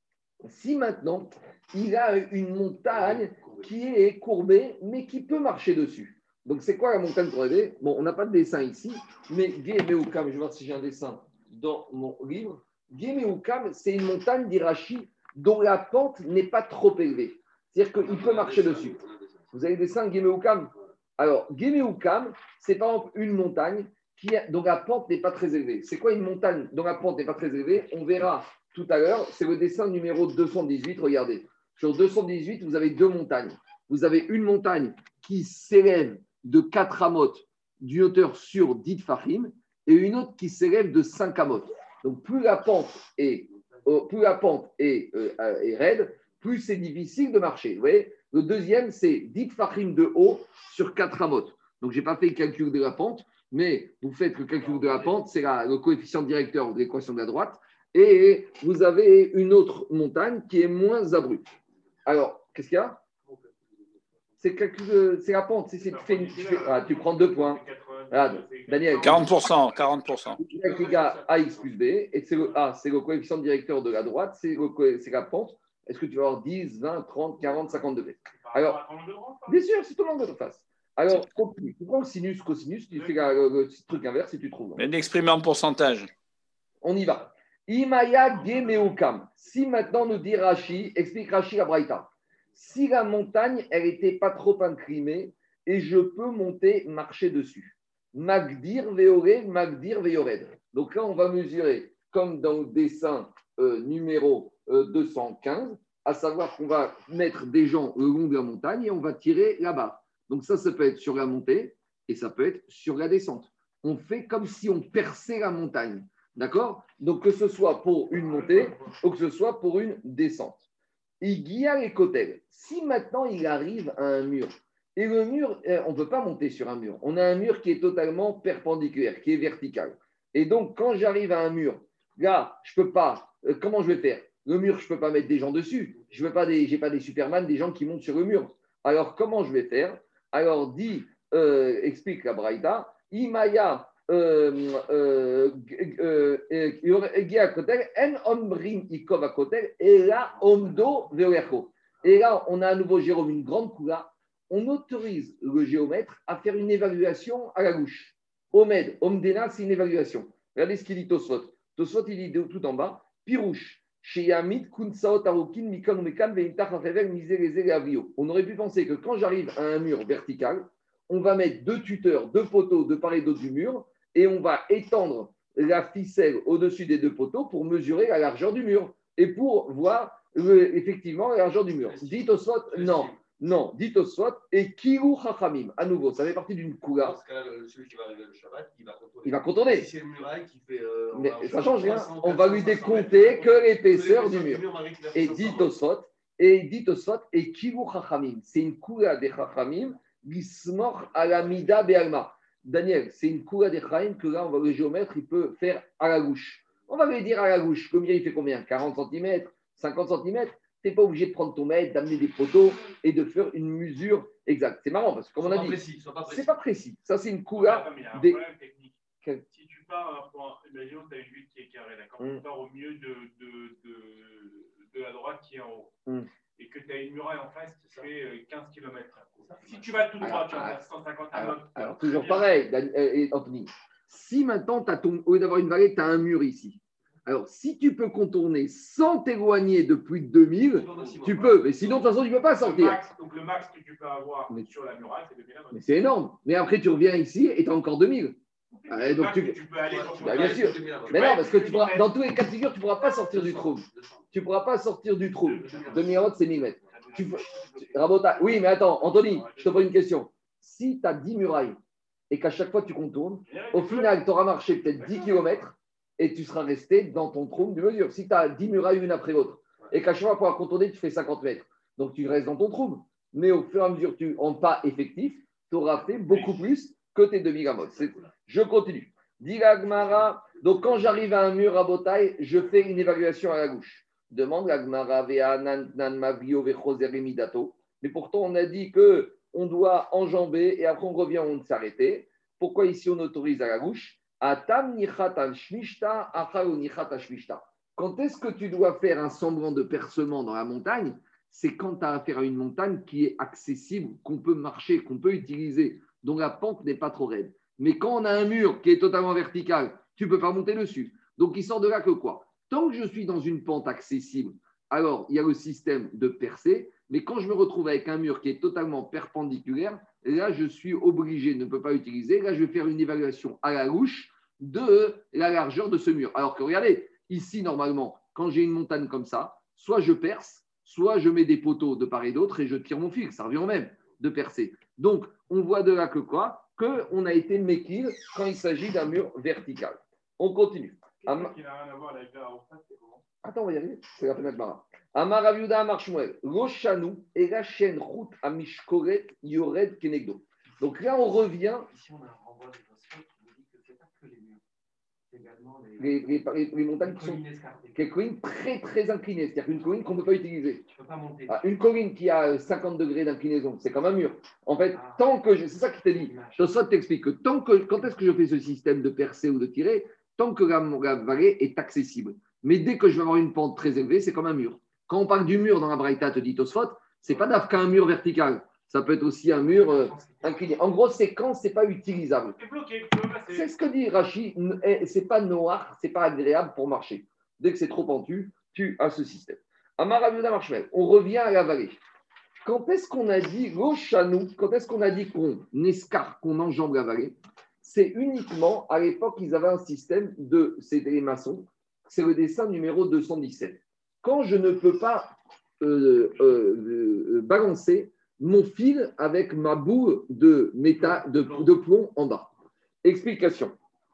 si maintenant, il a une montagne qui est courbée, mais qui peut marcher dessus. Donc, c'est quoi la montagne courbée? Bon, on n'a pas de dessin ici, mais ge meukam, je vais voir si j'ai un dessin dans mon livre. Ge meukam, c'est une montagne d'Irachi dont la pente n'est pas trop élevée. C'est-à-dire qu'il peut marcher dessus. Vous avez des dessins ge meukam? Alors, ge meukam, c'est par exemple une montagne qui a, dont la pente n'est pas très élevée. C'est quoi une montagne dont la pente n'est pas très élevée? On verra tout à l'heure, c'est le dessin numéro deux cent dix-huit. Regardez, sur deux cent dix-huit, vous avez deux montagnes. Vous avez une montagne qui s'élève de quatre amotes d'une hauteur sur dix fahim et une autre qui s'élève de cinq amotes. Donc, plus la pente est, euh, plus la pente est, euh, est raide, plus c'est difficile de marcher. Vous voyez, le deuxième, c'est dix fahim de haut sur quatre amotes. Donc, je n'ai pas fait le calcul de la pente, mais vous faites le calcul de la pente, c'est la, le coefficient directeur de l'équation de la droite. Et vous avez une autre montagne qui est moins abrupte. Alors, qu'est-ce qu'il y a? C'est, calcul, c'est la pente. C'est, c'est, tu, fais une, tu, fais, ah, tu prends deux points. Ah, Daniel. quarante pour cent. quarante pour cent. Tu fais l'égal ax plus b. Et c'est le A, c'est le coefficient directeur de la droite. C'est, le, c'est la pente. Est-ce que tu vas avoir dix, vingt, trente, quarante, cinquante degrés? Alors, bien sûr, c'est tout l'angle de face. Alors, continue. Tu prends le sinus, cosinus, tu fais la, le, le truc inverse et tu trouves. Mais l'exprimer en pourcentage. On y va. Imaya Gemeukam. Si maintenant nous dit Rashi, explique Rashi la Braïta. Si la montagne, elle n'était pas trop inclinée et je peux monter, marcher dessus. Magdir Veore, Magdir Veored. Donc là, on va mesurer, comme dans le dessin euh, numéro euh, deux cent quinze, à savoir qu'on va mettre des gens le long de la montagne et on va tirer là-bas. Donc ça, ça peut être sur la montée et ça peut être sur la descente. On fait comme si on perçait la montagne. D'accord? Donc, que ce soit pour une montée ou que ce soit pour une descente. Il guilla les côtés. Si maintenant il arrive à un mur, et le mur, on ne peut pas monter sur un mur. On a un mur qui est totalement perpendiculaire, qui est vertical. Et donc, quand j'arrive à un mur, là, je ne peux pas. Euh, comment je vais faire? Le mur, je ne peux pas mettre des gens dessus. Je n'ai pas, pas des Superman, des gens qui montent sur le mur. Alors, comment je vais faire? Alors, dit, euh, explique la Braïta, Imaya. Euh, euh, euh, et là, on a à nouveau, Jérôme, une grande coula. On autorise le géomètre à faire une évaluation à la gauche. Omed, Omdena, c'est une évaluation. Regardez ce qu'il dit Tosfot. Tosfot, il dit tout en bas, Pirouche. On aurait pu penser que quand j'arrive à un mur vertical, on va mettre deux tuteurs, deux poteaux de part et d'autre du mur, et on va étendre la ficelle au-dessus des deux poteaux pour mesurer la largeur du mur et pour voir le, effectivement la largeur du mur. Dites au soit, non, non, dites au soit, et Kiru Chachamim, à nouveau, ça fait partie d'une koula. Dans ce cas-là, celui qui va arriver le Shabbat, il va contourner. Il va contourner. Si c'est une muraille qui fait. Euh, Mais ça change rien, on va lui décompter que l'épaisseur du mur. Et dites au soit, et dites au soit, et Kiru Chachamim, c'est une koula des Chachamim. Gismor alamida be'alma. Daniel, c'est une coula des Chaim que là, on va, le géomètre, il peut faire à la gauche. On va lui dire à la gauche. Le mur, il fait combien? quarante centimètres, cinquante centimètres. Tu n'es pas obligé de prendre ton mètre, d'amener des poteaux et de faire une mesure exacte. C'est marrant parce que, comme on a dit, précis, c'est pas précis. Ça, c'est une coula des. Quel... Si tu pars à un point, imaginons que tu as une huile qui est carrée, d'accord? Mm. Tu pars au milieu de, de, de, de la droite qui est en haut. Mm. Et que tu as une muraille en face qui fait quinze kilomètres. Si tu vas tout droit, tu vas faire cent cinquante alors, alors, toujours pareil, Anthony. Si maintenant, ton, au lieu d'avoir une vallée, tu as un mur ici. Alors, si tu peux contourner sans t'éloigner de plus de deux mille, tu peux. Mais sinon, de toute façon, tu ne peux pas sortir. Le max, donc, le max que tu peux avoir mais, sur la muraille, c'est deux mille. Mais c'est énorme. Mais après, tu reviens ici et tu as encore deux mille. Okay, donc tu, tu peux aller bah, bien sûr. Mais non, parce que tu pourras, dans tous les cas de figure, tu ne pourras pas sortir du trou. Tu ne pourras pas sortir du trou. deux mille c'est mille mètres. Tu, tu, Rabota, oui, mais attends, Anthony, je te pose une question. Si tu as dix murailles et qu'à chaque fois tu contournes, au final, tu auras marché peut-être dix kilomètres et tu seras resté dans ton trou de mesure. Si tu as dix murailles une après l'autre et qu'à chaque fois pour contourner, tu fais cinquante mètres, donc tu restes dans ton trou. Mais au fur et à mesure, tu en pas effectif, tu auras fait beaucoup plus que tes demi gamotes. Je continue. Dilagmara, donc quand j'arrive à un mur à Botaï, je fais une évaluation à la gauche. Demande la Gmara, Vea nan nan mavio ve choser midato. Mais pourtant, on a dit qu'on doit enjamber et après on revient, on s'arrêter. Pourquoi ici on autorise à la rouche? Atam nichata shmishta, achal nichata shmishta. Quand est-ce que tu dois faire un semblant de percement dans la montagne? C'est quand tu as affaire à une montagne qui est accessible, qu'on peut marcher, qu'on peut utiliser, dont la pente n'est pas trop raide. Mais quand on a un mur qui est totalement vertical, tu ne peux pas monter dessus. Donc, il sort de là que quoi? Tant que je suis dans une pente accessible, alors il y a le système de percer. Mais quand je me retrouve avec un mur qui est totalement perpendiculaire, là, je suis obligé, ne peux pas utiliser. Là, je vais faire une évaluation à la louche de la largeur de ce mur. Alors que regardez, ici, normalement, quand j'ai une montagne comme ça, soit je perce, soit je mets des poteaux de part et d'autre et je tire mon fil. Ça revient au même de percer. Donc, on voit de là que quoi? Qu'on a été méquille quand il s'agit d'un mur vertical. On continue. Am... Qui n'a rien à voir avec la en face, c'est comment? Attends, on va y arriver. C'est la fenêtre Mara. Amar Aviuda Amar Shmuel. Roshanu et la chaîne route à Mishkoret Yored Kenegdo. Donc là, on revient. Ici, on a un renvoi de Tosfot qui nous dit que c'est pas que les murs. C'est également les, les, les, les montagnes qui sont des collines très très inclinées, c'est-à-dire une colline qu'on ne peut pas utiliser. Tu peux pas monter. Ah, une colline qui a cinquante degrés d'inclinaison, c'est comme un mur. En fait, Ah, tant que je, c'est ça qui t'a dit. Je t'explique que tant que quand est-ce que je fais ce système de percer ou de tirer, tant que la, la vallée est accessible. Mais dès que je vais avoir une pente très élevée, c'est comme un mur. Quand on parle du mur dans la Braïta, te dit Tosfot, c'est pas d'af qu'un mur vertical. Ça peut être aussi un mur euh, incliné. En gros, c'est quand c'est pas utilisable. C'est bloqué, tu peux passer. C'est ce que dit Rachi. C'est pas noir, c'est pas agréable pour marcher. Dès que c'est trop pentu, tu as ce système. Amar Aviuda Marshmel, on revient à la vallée. Quand est-ce qu'on a dit Rochanou, quand est-ce qu'on a dit qu'on escarpe, qu'on enjambe la vallée? C'est uniquement, à l'époque, ils avaient un système de, c'était les maçons, c'est le dessin numéro deux cent dix-sept. Quand je ne peux pas euh, euh, euh, balancer mon fil avec ma boue de, méta, de, de plomb en bas. Explication.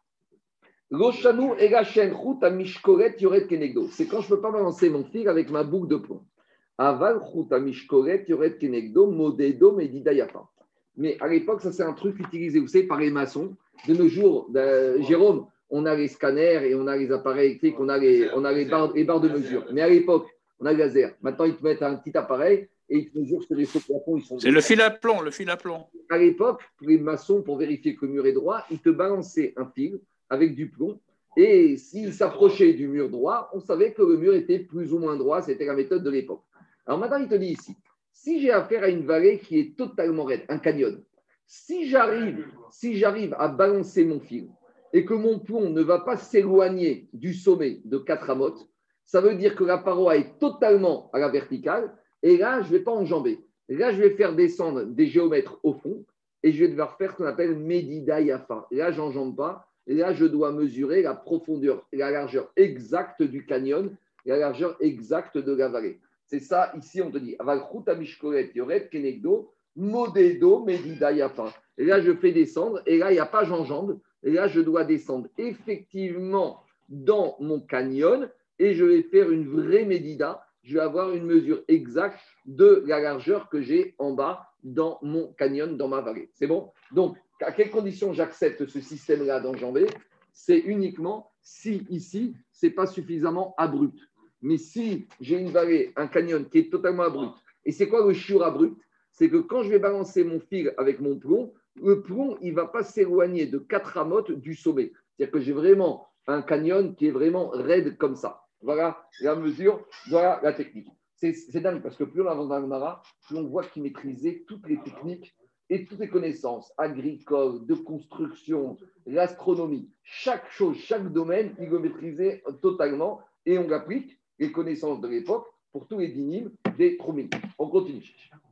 L'Oshanou et la chaîne route à Mishkoret Yored Kenegdo. C'est quand je ne peux pas balancer mon fil avec ma boucle de plomb. Aval route à Mishkoret Yored Kenegdo, Modedo, Medida Yafa. Mais à l'époque, ça c'est un truc utilisé, vous savez, par les maçons. De nos jours, euh, Jérôme, on a les scanners et on a les appareils électriques, on a les, on a les, barres, les barres de mesure. Mais à l'époque, on a le laser. Maintenant, ils te mettent un petit appareil et ils te mesurent sur les sauts plafonds. Ils sont c'est le fil à plomb, le fil à plomb. À l'époque, les maçons, pour vérifier que le mur est droit, ils te balançaient un fil avec du plomb. Et s'il s'approchait du mur droit, on savait que le mur était plus ou moins droit. C'était la méthode de l'époque. Alors maintenant, il te dit ici, si j'ai affaire à une vallée qui est totalement raide, un canyon, si j'arrive, si j'arrive à balancer mon fil et que mon plomb ne va pas s'éloigner du sommet de quatre amotes, ça veut dire que la paroi est totalement à la verticale. Et là, je ne vais pas enjamber. Là, je vais faire descendre des géomètres au fond et je vais devoir faire ce qu'on appelle Medida Yafa. Là, je n'enjambe pas. Et là, je dois mesurer la profondeur et la largeur exacte du canyon, la largeur exacte de la vallée. C'est ça, ici, on te dit Avalchut Amishkoret Yored Kenegdo, Modedo Medida Yafa. Et là, je fais descendre. Et là, il n'y a pas j'enjambe. Et là, je dois descendre effectivement dans mon canyon et je vais faire une vraie Medida. Je vais avoir une mesure exacte de la largeur que j'ai en bas dans mon canyon, dans ma vallée. C'est bon? Donc, à quelles conditions j'accepte ce système-là d'enjamber? C'est uniquement si ici, ce n'est pas suffisamment abrupt. Mais si j'ai une vallée, un canyon qui est totalement abrupt, et c'est quoi le chiour abrupt? C'est que quand je vais balancer mon fil avec mon plomb, le plomb, il ne va pas s'éloigner de quatre amotes du sommet. C'est-à-dire que j'ai vraiment un canyon qui est vraiment raide comme ça. Voilà la mesure, voilà la technique. C'est, c'est dingue parce que plus on avance dans le Mara, plus on voit qu'il maîtrisait toutes les techniques et toutes les connaissances agricoles, de construction, l'astronomie. Chaque chose, chaque domaine, il le maîtrisait totalement et on applique les connaissances de l'époque pour tous les dynimes des Troumim. On continue.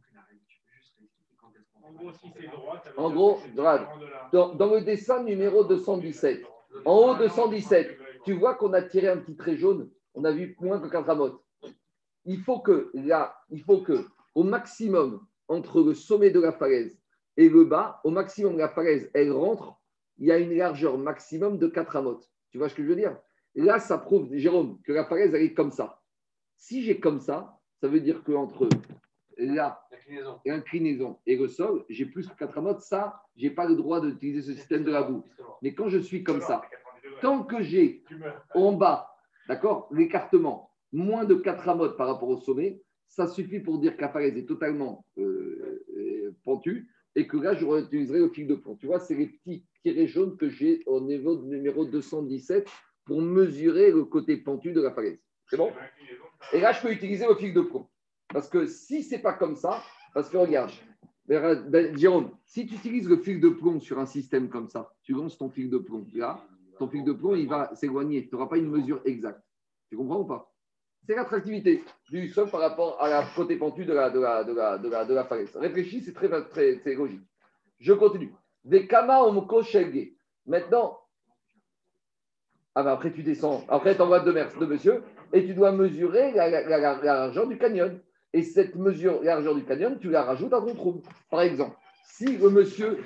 En gros, si c'est droit, ça veut En dire gros, que c'est droit. différent de la- Dans, dans le dessin numéro deux cent dix-sept, en haut deux cent dix-sept, tu vois qu'on a tiré un petit trait jaune, on a vu moins que quatre amotes. Il faut que, là, il faut que, au maximum, entre le sommet de la falaise et le bas, au maximum, la falaise, elle rentre, il y a une largeur maximum de quatre amotes. Tu vois ce que je veux dire? Là, ça prouve, Jérôme, que la falaise, elle est comme ça. Si j'ai comme ça, ça veut dire qu'entre là, L'inclinaison. l'inclinaison et le sol, j'ai plus que quatre amotes. Ça, je n'ai pas le droit d'utiliser ce système de la boue. Mais quand je suis comme ça, tant que j'ai Tu meurs. en bas, d'accord, l'écartement, moins de quatre amotes par rapport au sommet, ça suffit pour dire que la falaise est totalement euh, euh, pentue et que là, je réutiliserai le fil de plomb. Tu vois, c'est les petits tirets jaunes que j'ai au niveau numéro deux cent dix-sept pour mesurer le côté pentu de la falaise. C'est bon? Et là, je peux utiliser le fil de plomb. Parce que si ce n'est pas comme ça, parce que regarde, Jérôme, si tu utilises le fil de plomb sur un système comme ça, tu lances ton fil de plomb là, ton fil de plomb, il va s'éloigner. Tu n'auras pas une mesure exacte. Tu comprends ou pas? C'est l'attractivité du sol par rapport à la côté pentu de la, de la, de la, de la, de la falaise. Réfléchis, c'est très, très, très logique. Je continue. Des kama omko shelge. Maintenant, ah ben après tu descends, après tu envoies deux mers de monsieur, et tu dois mesurer la, la, la, la largeur du canyon. Et cette mesure, la largeur du canyon, tu la rajoutes à ton trou. Par exemple, si le monsieur.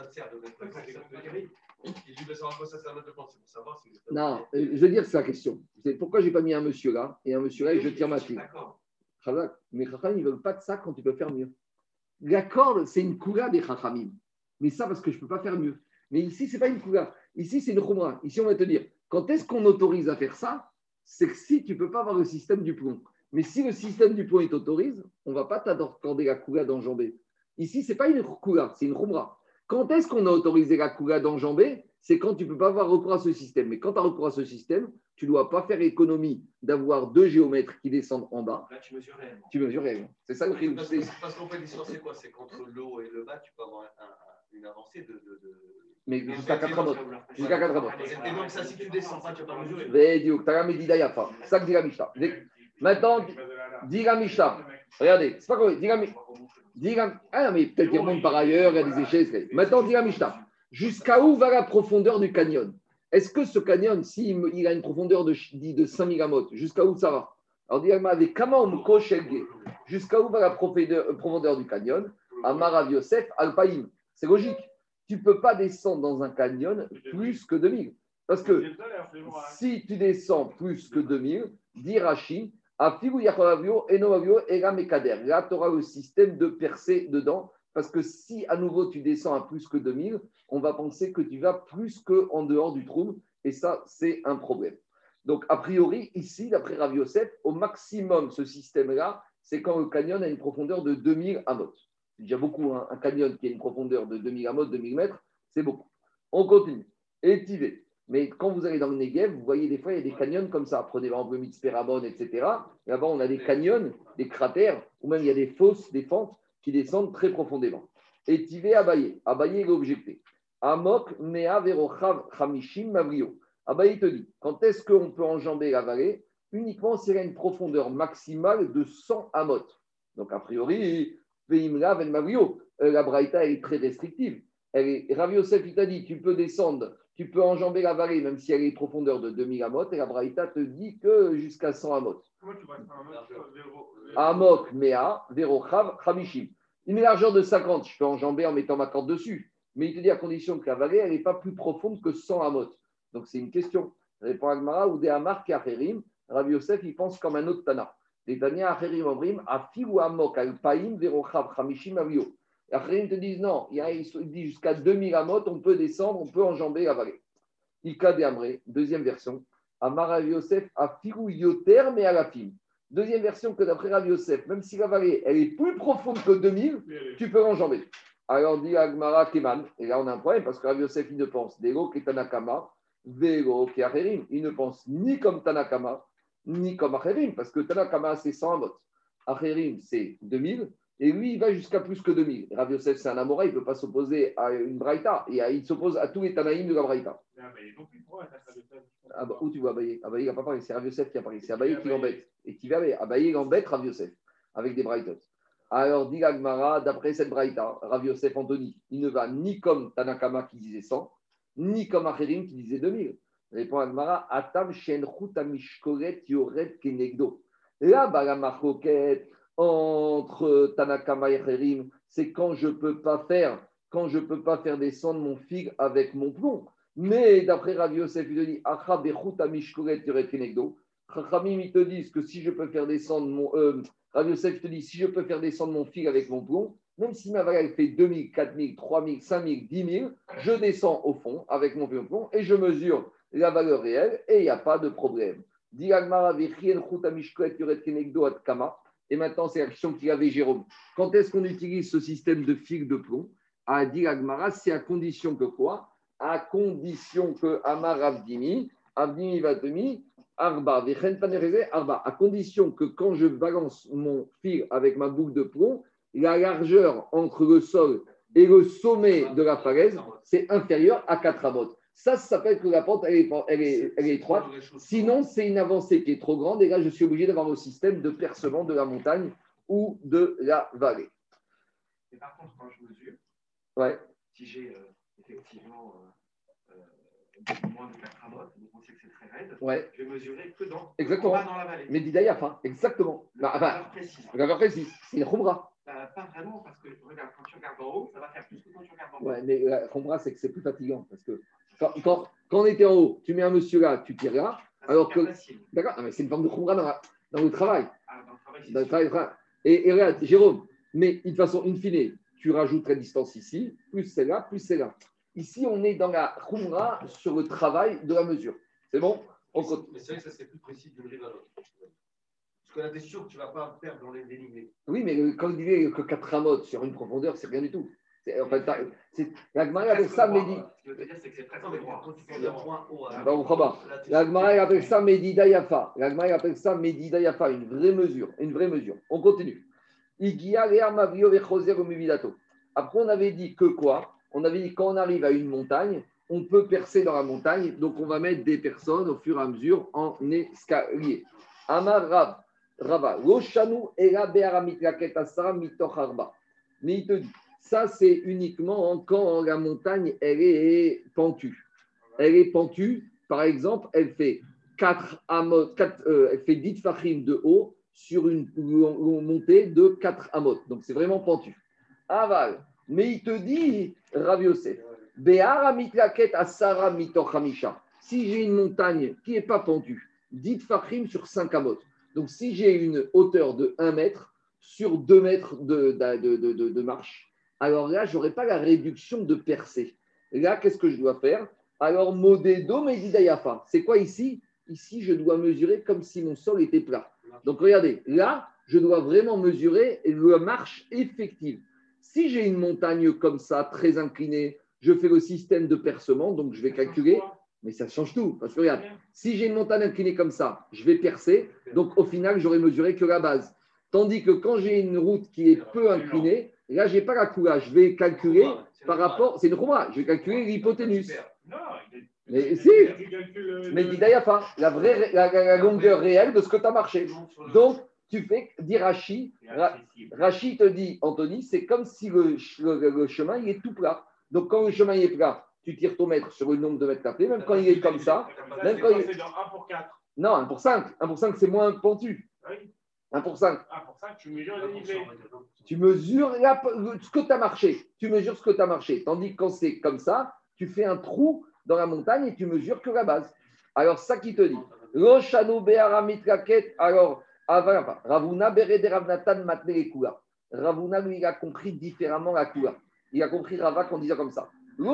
Non, je veux dire, c'est la question. C'est pourquoi je n'ai pas mis un monsieur là et un monsieur là et je tire ma fille. Mais Chachamim, ils ne veulent pas de ça quand tu peux faire mieux. La corde, c'est une koula des Chachamim. Mais ça, parce que je ne peux pas faire mieux. Mais ici, ce n'est pas une koula. Ici, c'est une khumra. Ici, on va te dire, quand est-ce qu'on autorise à faire ça? C'est que si tu ne peux pas avoir le système du plomb. Mais si le système du plomb il t'autorise, on ne va pas t'accorder la koula d'enjamber. Ici, ce n'est pas une koula, c'est une khumra. Quand est-ce qu'on a autorisé la koula d'enjamber? C'est quand tu ne peux pas avoir recours à ce système. Mais quand tu as recours à ce système, tu ne dois pas faire économie d'avoir deux géomètres qui descendent en bas. Là, tu mesures réellement. Tu mesures réellement. C'est ça le crime. Parce, parce, parce qu'en fait, l'histoire, c'est quoi? C'est qu'entre le haut et le bas, tu peux avoir un, un, une avancée de. de, de... Mais jusqu'à quatre amotes. Jusqu'à quatre amotes. Et donc, ça, si tu descends pas, tu ne vas pas mesurer. C'est ça que dit la Mishnah. Maintenant, dit la Mishnah. Regardez, c'est pas quoi. Dit la Mishnah. Ah, mais peut-être qu'il remonte par ailleurs, il y a des échelles. Maintenant, dit la Mishnah. Jusqu'à où va la profondeur du canyon? Est-ce que ce canyon, s'il il a une profondeur de, de cinq mille amotes, jusqu'à où ça va? Alors, dis avec Kamam Koshelge, jusqu'à où va la profondeur du canyon? Amarav Yosef, Alpaïm. C'est logique. Tu ne peux pas descendre dans un canyon plus que deux mille. Parce que si tu descends plus que deux mille, dit Rachid, Afigu Yacholavio, Enovavio, Ega Mekader. Là, tu auras le système de percer dedans. Parce que si à nouveau tu descends à plus que deux mille, on va penser que tu vas plus qu'en dehors du trou. Et ça, c'est un problème. Donc, a priori, ici, d'après Rav Yosef, au maximum, ce système-là, c'est quand le canyon a une profondeur de deux mille amotes. C'est déjà beaucoup, hein. Un canyon qui a une profondeur de deux mille amotes, deux mille mètres, c'est beaucoup. On continue. Étivé. Mais quand vous allez dans le Negev, vous voyez des fois, il y a des canyons comme ça. Prenez par exemple le Mitzpérabon, et cetera. Là-bas, on a des canyons, des cratères, ou même il y a des fosses, des fentes qui descendent très profondément. Et Tivé Abaye. Abaye est objecté. Amok Mea Verochav Hamishim Mavrio. Abaye te dit, quand est-ce qu'on peut enjamber la vallée? Uniquement s'il y a une profondeur maximale de cent amot. Donc, a priori, Veimla Ven Mavrio, la Braïta est très restrictive. Elle est, Rav Yosef, il t'a dit, tu peux descendre, tu peux enjamber la vallée, même si elle est une profondeur de deux mille amot, et la Braïta te dit que jusqu'à cent amot. Comment tu vois ça? Amok, Mea, Verochav, Hamishim. Une largeur de cinquante, je peux enjamber en mettant ma corde dessus. Mais il te dit à condition que la vallée, elle n'est pas plus profonde que cent amot. Donc c'est une question. Répond Agmara ou des Amar qui Acherim. Rav Yosef, il pense comme un autre Tana. Les Tania Acherim Amrim, Afi ou Amok, Alpaim, Verochav, Hamishim, Avio. Acherim te disent non, il dit jusqu'à deux mille amot, on peut descendre, on peut enjamber la vallée. Ika de Amré, deuxième version. Amar Rav Yosef, Afi ou Yoter, mais à la fin. Deuxième version que d'après Rav Yosef, même si la vallée elle est plus profonde que deux mille, tu peux enjamber. Alors dit Agmara Keman, et là on a un problème parce que Rav Yosef il ne pense Dego qui est Tanakama, Vego qui est Acherim, il ne pense ni comme Tanakama, ni comme Acherim, parce que Tanakama c'est cent amot, Acherim c'est deux mille, et lui il va jusqu'à plus que deux mille. Rav Yosef c'est un Amora, il ne peut pas s'opposer à une Braïta, et il s'oppose à tous les Tanaïm de la Braïta. Ah bah, où tu vois Abaye? Abaye n'a pas parlé, c'est Rav Yosef qui a parlé, c'est Abaye qui l'embête. Et qui va Abaye l'embête Rav Yosef, avec des Braïtot. Alors, dit Agmara, d'après cette Braïta, Rav Yosef Anthony, il ne va ni comme Tanakama qui disait cent, ni comme Acherim qui disait deux mille. Répond Agmara, Atam Shen Chutamishkoret Yoret Kenegdo. Là-bas, la marcoquette entre Tanakama et Acherim, c'est quand je ne peux pas faire, quand je peux pas faire descendre mon fig avec mon plomb. Mais d'après Rav Yosef, il te dit, Acha Bechutamishkoret Yoret Kenegdo. Chachamim, ils te disent que si je peux faire descendre mon. Euh, Rav Yosef te dit si je peux faire descendre mon fil avec mon plomb, même si ma vallée fait deux mille, quatre mille, trois mille, cinq mille, dix mille, je descends au fond avec mon plomb et je mesure la valeur réelle et il n'y a pas de problème. Et maintenant, c'est la question qu'il avait Jérôme. Quand est-ce qu'on utilise ce système de fil de plomb? A dit Agmara, c'est à condition que quoi? À condition que Amar Abdimi, Abdimi Vatemi, Arba, Vechen Panereze, Arba. À condition que quand je balance mon fil avec ma boucle de plomb, la largeur entre le sol et le sommet de la falaise, c'est inférieur à quatre amot. Ça, ça s'appelle que la pente, elle est, elle est, elle est étroite. Sinon, c'est une avancée qui est trop grande. Et là, je suis obligé d'avoir le système de percement de la montagne ou de la vallée. Et par contre, quand je mesure, ouais. si j'ai euh, effectivement euh, euh, moins de quatre amot, donc on sait que c'est très raide, ouais. Je vais mesurer que dans, exactement. dans la vallée. Mais Didayafa, exactement. Le enfin, précis. Le graveur précis. C'est une khumra. Bah, pas vraiment, parce que regarde, quand tu regardes en haut, ça va faire plus que quand tu regardes en bas. Ouais, mais la khumra, c'est que c'est plus fatigant. Parce que quand, quand, quand on était en haut, tu mets un monsieur là, tu tires là. Ah, alors que. Facile. D'accord, mais c'est une forme de khumra dans, dans le travail. Ah, dans le travail, c'est dans le travail, travail. Et, et regarde, Jérôme, mais de toute façon, in fine, tu rajoutes la distance ici, plus celle-là, plus celle-là. Ici, on est dans la khumra sur le travail de la mesure. C'est bon? Mais c'est, mais c'est vrai que ça, c'est plus précis d'une rive à l'autre. Parce que là, tu es sûr que tu ne vas pas perdre dans les dénivelés. Oui, mais quand il dit que quatre amotes sur une profondeur, c'est rien du tout. C'est, en fait, c'est, la Gemara appelle ça Medi. Ce que je veux dire, c'est que c'est presque droit. Quand tu fais le point haut. Non, on pas. La Gemara appelle ça Medida Yafa. La Gemara appelle ça Medida Yafa, une vraie mesure. Une vraie mesure. On continue. Après, on avait dit que quoi? On avait dit quand on arrive à une montagne, on peut percer dans la montagne. Donc, on va mettre des personnes au fur et à mesure en escalier. Amar Rav. Rava, Roshanu Ela Be'aramitlaket Asara Mitoch Arba. Mais il te dit, ça c'est uniquement quand la montagne elle est pentue. Elle est pentue, par exemple, elle fait quatre amot, quatre, euh, elle fait dix fachim de haut sur une, une montée de quatre amot. Donc c'est vraiment pentu. Aval. Mais il te dit, Rav Yosef, Be'aramitlaket Asara Mitoch Hamisha. Si j'ai une montagne qui n'est pas pentue, dix fachim sur cinq amot. Donc, si j'ai une hauteur de un mètre sur deux mètres de, de, de, de, de marche, alors là, je n'aurai pas la réduction de percée. Là, qu'est-ce que je dois faire? Alors, Modedo Medidayafa. C'est quoi ici? Ici, je dois mesurer comme si mon sol était plat. Donc, regardez, là, je dois vraiment mesurer la marche effective. Si j'ai une montagne comme ça, très inclinée, je fais le système de percement, donc je vais calculer. Mais ça change tout. Parce que regarde, si j'ai une montagne inclinée comme ça, je vais percer. Donc au final, j'aurais mesuré que la base. Tandis que quand j'ai une route qui est peu inclinée, là, je n'ai pas la coulage. Je vais calculer par rapport. C'est une rouma. Je vais calculer l'hypoténuse. Mais si. Mais Didayafa, la vraie la, la, la longueur réelle de ce que tu as marché. Donc, tu fais, dit Rachi. Rachi te dit, Anthony, c'est comme si le, le, le chemin il est tout plat. Donc quand le chemin il est plat, tu tires ton mètre sur le nombre de mètres tapés, même quand il est comme ça. Même quand il... C'est dans un pour quatre. Non, un pour cinq. un pour cinq, c'est moins pentu. Oui. un pour cinq. un pour cinq, tu mesures le dénivelé. Tu mesures la... ce que tu as marché. Tu mesures ce que tu as marché. Tandis que quand c'est comme ça, tu fais un trou dans la montagne et tu mesures que la base. Alors, ça qui te dit. Roshanu be'aramit raket. Alors, Ravuna berede Ravnatan matne les kula. Ravuna, lui, il a compris différemment la kula. Il a compris Rava qu'on disait comme ça. Lui,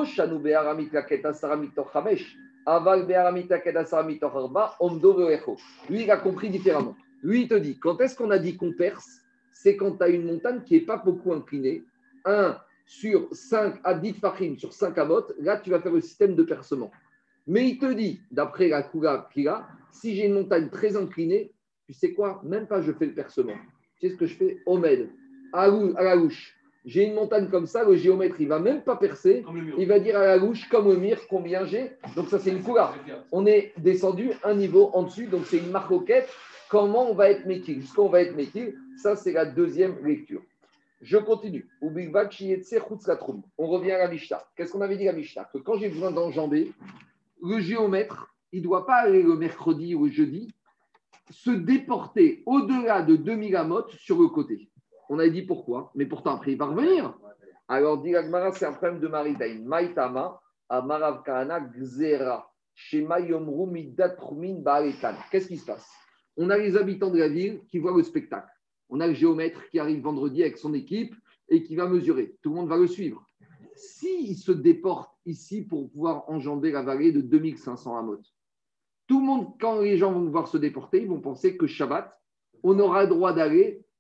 il a compris différemment. Lui, il te dit, quand est-ce qu'on a dit qu'on perce? C'est quand tu as une montagne qui n'est pas beaucoup inclinée. un sur cinq à dix fachim sur cinq amot, là, tu vas faire le système de percement. Mais il te dit, d'après la Kula qu'il a, si j'ai une montagne très inclinée, tu sais quoi? Même pas je fais le percement. Tu sais ce que je fais? Omed, à la louche. J'ai une montagne comme ça, le géomètre, il ne va même pas percer. Il va dire à la louche, comme le mire, combien j'ai. Donc, ça, c'est une couleur. On est descendu un niveau en dessus. Donc, c'est une marcoquette. Comment on va être métil? Jusqu'où on va être métil? Ça, c'est la deuxième lecture. Je continue. On revient à la Mishnah. Qu'est-ce qu'on avait dit à la Mishnah? Que quand j'ai besoin d'enjamber, le géomètre, il ne doit pas aller le mercredi ou le jeudi, se déporter au-delà de deux mille amotes sur le côté. On a dit pourquoi, mais pourtant après il va revenir. Alors, dit l'Agmara, c'est un problème de Maritaïn. Maïtama, Amarav Kahana, Gzera, Shema Yomru, Midat Rumin, Baaletan. Qu'est-ce qui se passe? On a les habitants de la ville qui voient le spectacle. On a le géomètre qui arrive vendredi avec son équipe et qui va mesurer. Tout le monde va le suivre. S'il se déporte ici pour pouvoir enjamber la vallée de deux mille cinq cents amotes, tout le monde, quand les gens vont voir se déporter, ils vont penser que Shabbat, on aura le droit d'aller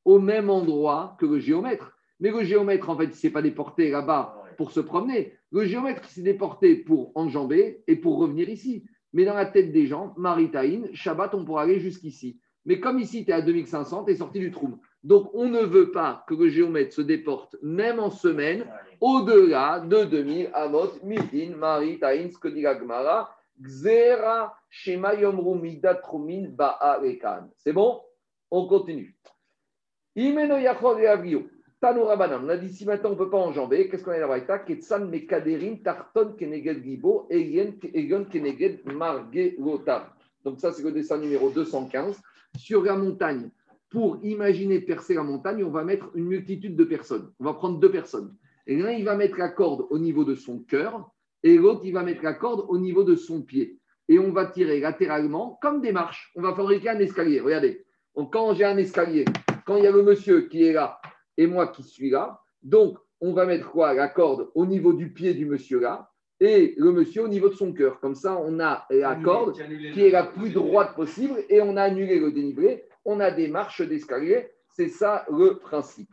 au même endroit que le géomètre. Mais le géomètre, en fait, il ne s'est pas déporté là-bas pour se promener. Le géomètre, il s'est déporté pour enjamber et pour revenir ici. Mais dans la tête des gens, Maritaïn, Shabbat, on pourra aller jusqu'ici. Mais comme ici, tu es à deux mille cinq cents, tu es sorti du trou. Donc, on ne veut pas que le géomètre se déporte, même en semaine, au-delà de deux mille Amot, Mitin, Maritaïn, ce que dit la Gemara, Xera, Shema Yomru, Midat, Trumin, Ba'a, Rekan. C'est bon? On continue. Imeno Yachor et Avrio. Tanoura Banam. On a dit si maintenant on ne peut pas enjamber, qu'est-ce qu'on a dans la Braïta? Ketsan Mekaderin, Tarton, Keneged Gibo, Egon, Keneged Margelotar. Donc, ça, c'est le dessin numéro deux cent quinze. Sur la montagne, pour imaginer percer la montagne, on va mettre une multitude de personnes. On va prendre deux personnes. Et l'un, il va mettre la corde au niveau de son cœur, et l'autre, il va mettre la corde au niveau de son pied. Et on va tirer latéralement comme des marches. On va fabriquer un escalier. Regardez. Donc, quand j'ai un escalier, quand il y a le monsieur qui est là et moi qui suis là, donc on va mettre quoi? La corde au niveau du pied du monsieur là et le monsieur au niveau de son cœur. Comme ça, on a la corde qui est la plus droite possible et on a annulé le dénivelé. On a des marches d'escalier. C'est ça le principe.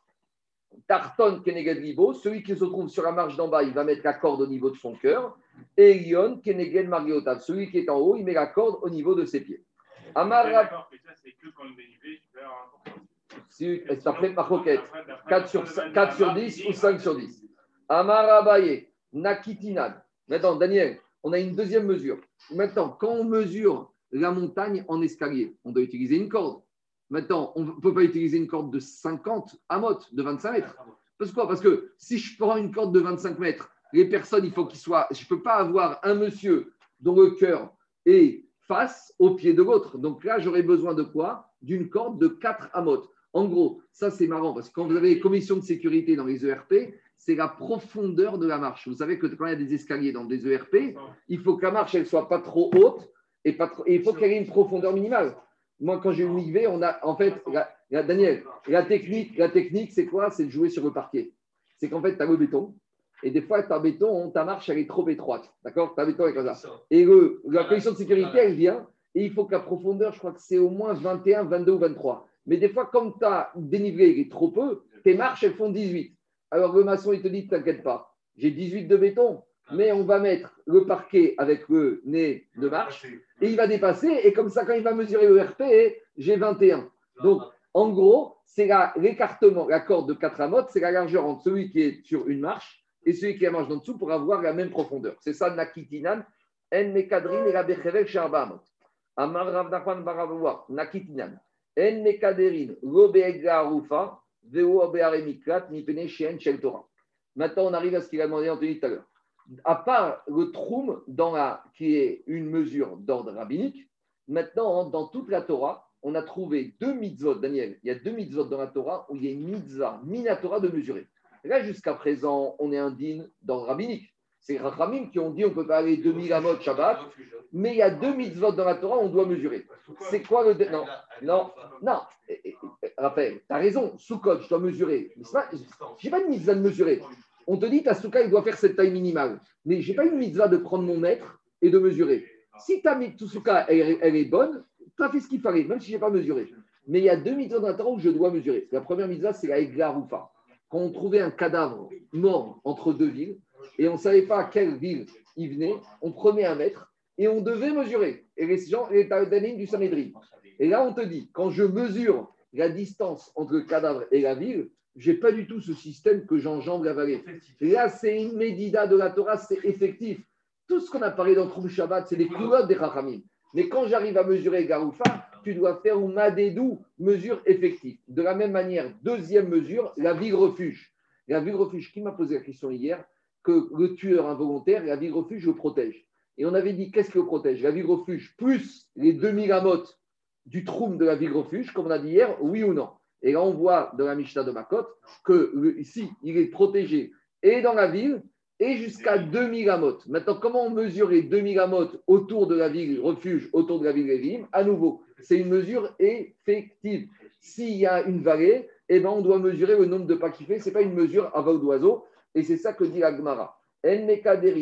Tarton Keneged Libo, celui qui se trouve sur la marche d'en bas, il va mettre la corde au niveau de son cœur. Et Lyon Keneged Mariotav, celui qui est en haut, il met la corde au niveau de ses pieds. Amar D'accord, mais ça, c'est que quand le dénivelé est supérieur à un. Si, c'est après ma roquette. quatre sur dix ou cinq sur dix. Amar Abaye, Nakitinad. Maintenant, Daniel, on a une deuxième mesure. Maintenant, quand on mesure la montagne en escalier, on doit utiliser une corde. Maintenant, on ne peut pas utiliser une corde de cinquante amot, de vingt-cinq mètres. Parce que quoi? Parce que si je prends une corde de vingt-cinq mètres, les personnes, il faut qu'ils soient. Je ne peux pas avoir un monsieur dont le cœur est face au pied de l'autre. Donc là, j'aurais besoin de quoi? D'une corde de quatre amot. En gros, ça c'est marrant parce que quand vous avez les commissions de sécurité dans les E R P, c'est la profondeur de la marche. Vous savez que quand il y a des escaliers dans des E R P, il faut que la marche ne soit pas trop haute et, pas trop, et il faut qu'elle ait une profondeur minimale. Moi, quand j'ai une I V, on a en fait, la, la, Daniel, la technique, la technique c'est quoi? C'est de jouer sur le parquet. C'est qu'en fait, tu as le béton et des fois, ta béton, ta marche, elle est trop étroite. D'accord? Ta béton est comme ça. Et le, la commission de sécurité, elle vient et il faut que la profondeur, je crois que c'est au moins vingt et un, vingt-deux ou vingt-trois. Mais des fois, comme tu as dénivelé il est trop peu, tes marches, elles font dix-huit. Alors le maçon, il te dit, t'inquiète pas, j'ai dix-huit de béton, mais on va mettre le parquet avec le nez de marche, et il va dépasser, et comme ça, quand il va mesurer le R P, j'ai vingt et un. Donc, en gros, c'est la, l'écartement, la corde de quatre amotes, c'est la largeur entre celui qui est sur une marche et celui qui est à marche d'en dessous pour avoir la même profondeur. C'est ça, Nakitinan, En Mekadrin et la Bechevel Sharba Amot. Amar Rav Nachman Baravouar, Nakitinan. En mekaderin, l'obéga rufa, veo obearemiklat, mipene shien shel Torah. Maintenant, on arrive à ce qu'il a demandé Anthony tout à l'heure. À part le troum, dans la, qui est une mesure d'ordre rabbinique, maintenant, dans toute la Torah, on a trouvé deux mitzvot, Daniel. Il y a deux mitzvot dans la Torah où il y a une mitzvah, minatora de mesurer. Là, jusqu'à présent, on est indigne d'ordre rabbinique. C'est les Rachamim qui ont dit on ne peut pas aller deux mille amot Shabbat, mais il y a deux mitzvot dans la Torah où on doit mesurer. C'est quoi le. Non, non, non. Raphaël, tu as raison, Soukot, je dois mesurer. Mais pas, je n'ai pas une mitzvah de mesurer. On te dit ta Souka, il doit faire cette taille minimale. Mais je n'ai pas une mitzvah de prendre mon mètre et de mesurer. Si ta Souka, elle, elle est bonne, tu as fait ce qu'il fallait, même si je n'ai pas mesuré. Mais il y a deux mitzvahs dans la Torah où je dois mesurer. La première mitzvah, c'est la Egla Rufa. Quand on trouvait un cadavre mort entre deux villes, et on ne savait pas à quelle ville il venait, on prenait un mètre et on devait mesurer. Et les gens, les Tadanim du Sanhedrin. Et là, on te dit, quand je mesure la distance entre le cadavre et la ville, je n'ai pas du tout ce système que j'enjambe la vallée. Et là, c'est une médida de la Torah, c'est effectif. Tout ce qu'on a parlé dans Troum Shabbat, c'est les coulottes des Chachamim. Mais quand j'arrive à mesurer Garoufa, tu dois faire ou Madedou, mesure effective. De la même manière, deuxième mesure, la ville refuge. La ville refuge, qui m'a posé la question hier, que le tueur involontaire, la ville refuge le protège. Et on avait dit, qu'est-ce qui le protège? La ville refuge plus les deux mille amotes du troum de la ville refuge, comme on a dit hier, oui ou non? Et là, on voit dans la Mishnah de Makot que ici, il est protégé et dans la ville et jusqu'à deux mille amotes. Maintenant, comment on mesure les deux mille amotes autour de la ville refuge, autour de la ville Lévim? À nouveau, c'est une mesure effective. S'il y a une vallée, eh ben, on doit mesurer le nombre de pas qu'il fait. Ce n'est pas une mesure à vol d'oiseau. Et c'est ça que dit la Gemara. Et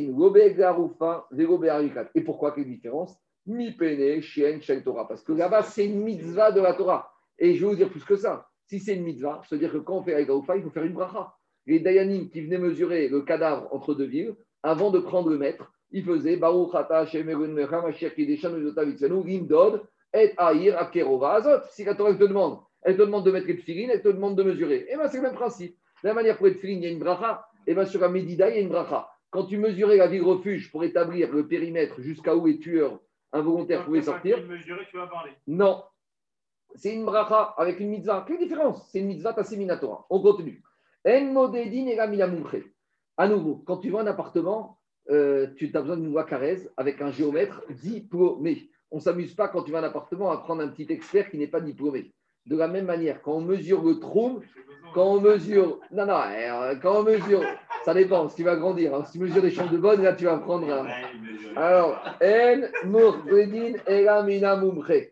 pourquoi quelle différence? Mi pene, chien, shel Torah. Parce que là-bas, c'est une mitzvah de la Torah. Et je vais vous dire plus que ça. Si c'est une mitzvah, ça veut dire que quand on fait la gaoufa, il faut faire une bracha. Les dayanim qui venaient mesurer le cadavre entre deux villes, avant de prendre le mètre, ils faisaient Baruch Ata Hashem Eloheinu melech hamashiach kideshanu mitzvotav itzvenu limdod et Aïr Akerova Azot. Si la Torah te demande, elle te demande de mettre les tefilines, elle te demande de mesurer. Et bien, c'est le même principe. De la manière pour les tefilines, il y a une bracha. Et bien, sur la Médida, il y a une bracha. Quand tu mesurais la ville refuge pour établir le périmètre jusqu'à où les tueurs involontaires pouvaient sortir. Mesurer, tu vas parler. Non. C'est une bracha avec une mitzvah. Quelle différence? C'est une mitzvah tasséminatora. On continue. En modedin et la milamumche. À nouveau, quand tu vois un appartement, euh, tu as besoin d'une loi Carrez avec un géomètre diplômé. On ne s'amuse pas quand tu vas à un appartement à prendre un petit expert qui n'est pas diplômé. De la même manière, quand on mesure le trou, quand on mesure. Non, non, quand on mesure. Ça dépend, si tu vas grandir. Hein. Si tu mesures des chambres de bonne, là, tu vas prendre. Un... Alors, En Mourdedin Ela Mina Mumche.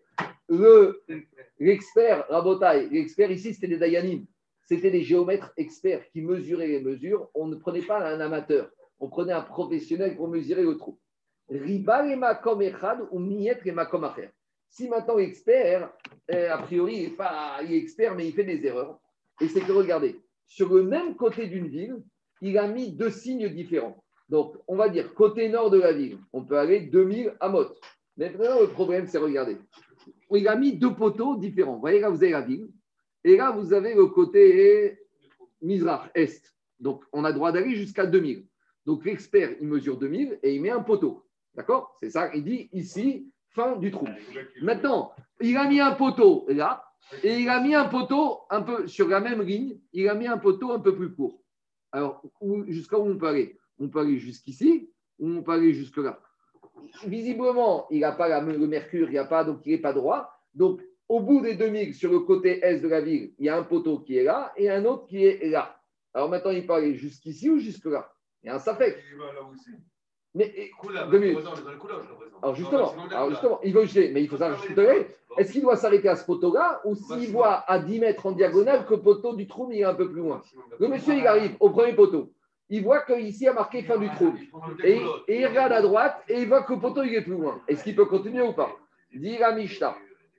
Le, l'expert, Rabotai, l'expert ici, c'était des Dayanim. C'était des géomètres experts qui mesuraient les mesures. On ne prenait pas un amateur. On prenait un professionnel pour mesurer le trou. Riba et makom echad ou niet et makom acher. Si maintenant l'expert, euh, a priori, il est, pas, il est expert, mais il fait des erreurs. Et c'est que, regardez, sur le même côté d'une ville, il a mis deux signes différents. Donc, on va dire, côté nord de la ville, on peut aller deux mille amot. Maintenant, le problème, c'est, regardez, il a mis deux poteaux différents. Vous voyez, là, vous avez la ville. Et là, vous avez le côté Mizrach, Est. Donc, on a droit d'aller jusqu'à deux mille. Donc, l'expert, il mesure deux mille et il met un poteau. D'accord? C'est ça, il dit ici, fin du trou. Maintenant, il a mis un poteau là, et il a mis un poteau un peu sur la même ligne, il a mis un poteau un peu plus court. Alors, jusqu'à où on peut aller? On peut aller jusqu'ici, ou on peut aller jusque-là. Visiblement, il n'a pas la, le mercure, il n'y a pas, donc il n'est pas droit. Donc, au bout des deux mille, sur le côté est de la ville, il y a un poteau qui est là et un autre qui est là. Alors maintenant, il peut aller jusqu'ici ou jusque-là. Il y a un safek. Mais deux minutes. Alors justement, alors justement, il veut jeter, mais il faut s'arrêter. Est-ce qu'il doit s'arrêter à ce poteau-là ou s'il voit à dix mètres en diagonale que le poteau du trou il est un peu plus loin? Le monsieur, il arrive au premier poteau. Il voit qu'ici, il y a marqué fin du trou. Et, et il regarde à droite et il voit que le poteau, il est plus loin. Est-ce qu'il peut continuer ou pas? Dit la Mishnah.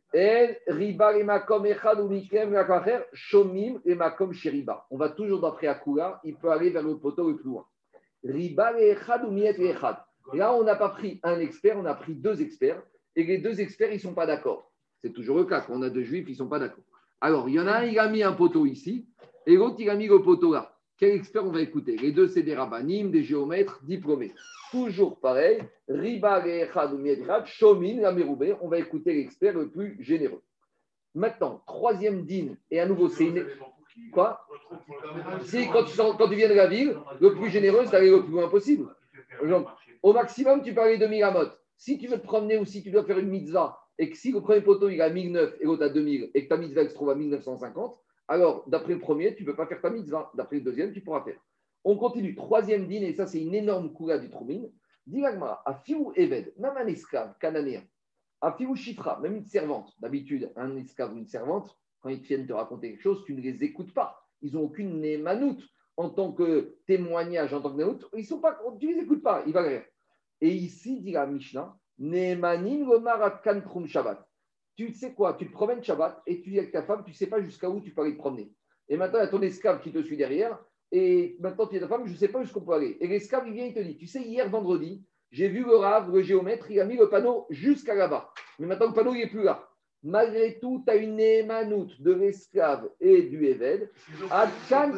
On va toujours d'après Akula, il peut aller vers le poteau le plus loin. Là, on n'a pas pris un expert, on a pris deux experts. Et les deux experts, ils ne sont pas d'accord. C'est toujours le cas. Quand on a deux juifs, ils ne sont pas d'accord. Alors, il y en a un, il a mis un poteau ici, et l'autre, il a mis le poteau là. Quel expert on va écouter? Les deux, c'est des rabbanim, des géomètres diplômés. Toujours pareil. Riba echad ou miedchad, shomin la meroubé. On va écouter l'expert le plus généreux. Maintenant, troisième dîne, et à nouveau, c'est une. Quoi? Si, quand tu, quand tu viens de la ville, le plus généreux, c'est d'aller le plus loin possible. Donc, au maximum, tu peux aller deux mille amot. Si tu veux te promener ou si tu dois faire une mitzvah, et que si le premier poteau il est à mille neuf et l'autre à deux mille, et que ta mitzvah se trouve à mille neuf cent cinquante, alors d'après le premier, tu ne peux pas faire ta mitzvah. D'après le deuxième, tu pourras faire. On continue. Troisième dîne, et ça, c'est une énorme coula du Troumine. Dilagma, à Fiou Eved, même un esclave cananéen, à Fiou Chifra, même une servante. D'habitude, un esclave ou une servante, quand ils viennent te raconter quelque chose, tu ne les écoutes pas. Ils n'ont aucune némanoute en tant que témoignage, en tant que némanoute. Ils sont pas, tu ne les écoutes pas, ils vont rien. Et ici, dit la Mishnah, Némanim Lomar Kantrum Shabbat. Tu sais quoi? Tu te promènes Shabbat et tu dis avec ta femme, tu ne sais pas jusqu'à où tu peux aller te promener. Et maintenant, il y a ton esclave qui te suit derrière. Et maintenant, tu dis à ta femme, je ne sais pas jusqu'où on peut aller. Et l'esclave, il vient, il te dit, tu sais, hier vendredi, j'ai vu le rave, le géomètre, il a mis le panneau jusqu'à là-bas. Mais maintenant, le panneau, il n'est plus là. Malgré tout, tu as une émanoute de l'esclave et du Eved. Adkan,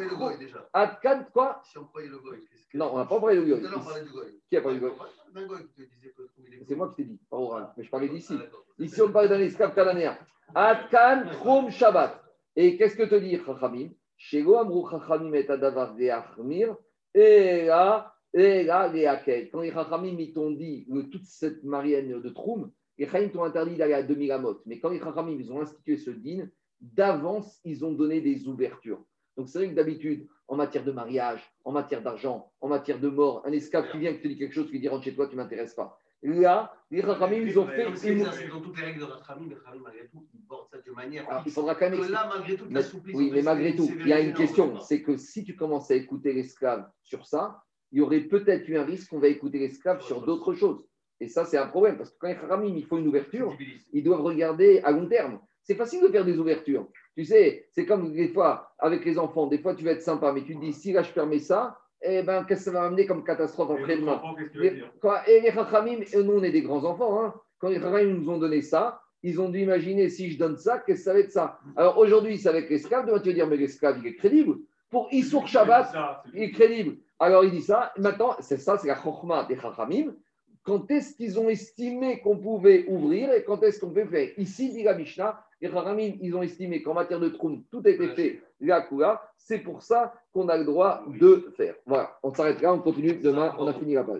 Adkan, quoi? Si on croyait le goy. Non, on n'a pas parlé de goy. Non, on parlait du goy. Qui a parlé du goy? D'un goy qui te disait que le trou, il est. C'est moi qui t'ai dit, pas oral. Mais je parlais d'ici. Ici, on parle d'un esclave cananéen. Adkan, Trom, Shabbat. Et qu'est-ce que te dit Chachamim? Shego Amrou Chachamim et Adavar Reachmir. Et là, et là, les Hakel. Quand les Chachamim, ils t'ont dit que toute cette marienne de Troum, les Chachamim t'ont interdit d'aller à deux mille amot. Mais quand les Chachamim, ils ont institué ce din, d'avance, ils ont donné des ouvertures. Donc, c'est vrai que d'habitude, en matière de mariage, en matière d'argent, en matière de mort, un esclave qui vient qui te dit quelque chose, qui dit rentre chez toi, tu ne m'intéresses pas. Là, les Chachamim, ils ont fait. C'est dans toutes les règles de Chachamim, les Chachamim, malgré tout, ils portent ça de manière. Alors, il faudra quand même. Que là, malgré tout, mais, oui, mais malgré tout, il y a une question c'est que si tu commences à écouter l'esclave sur ça, il y aurait peut-être eu un risque qu'on va écouter l'esclave sur d'autres choses. Et ça, c'est un problème, parce que quand les Chachamim, il faut une ouverture, ils doivent regarder à long terme. c'est facile de faire des ouvertures. Tu sais, c'est comme des fois, avec les enfants, des fois tu vas être sympa, mais tu te dis, si là je permets ça, eh ben, qu'est-ce que ça va amener comme catastrophe après-demain? Et les Chachamim, nous on est des grands enfants, hein, quand les Chachamim nous ont donné ça, ils ont dû imaginer si je donne ça, qu'est-ce que ça va être ça? Alors aujourd'hui, c'est avec l'esclave, demain tu vas dire, mais l'esclave, il est crédible. Pour Issour Shabbat, il est crédible. Alors il dit ça, maintenant, c'est ça, c'est la Chokhmah des Chachamim. Quand est-ce qu'ils ont estimé qu'on pouvait ouvrir et quand est-ce qu'on peut faire? Ici, dit la Mishnah, les Chachamim, ils ont estimé qu'en matière de troum, tout a été fait, la Kula. C'est pour ça qu'on a le droit de faire. Voilà, on s'arrête là, on continue demain, on a fini la page.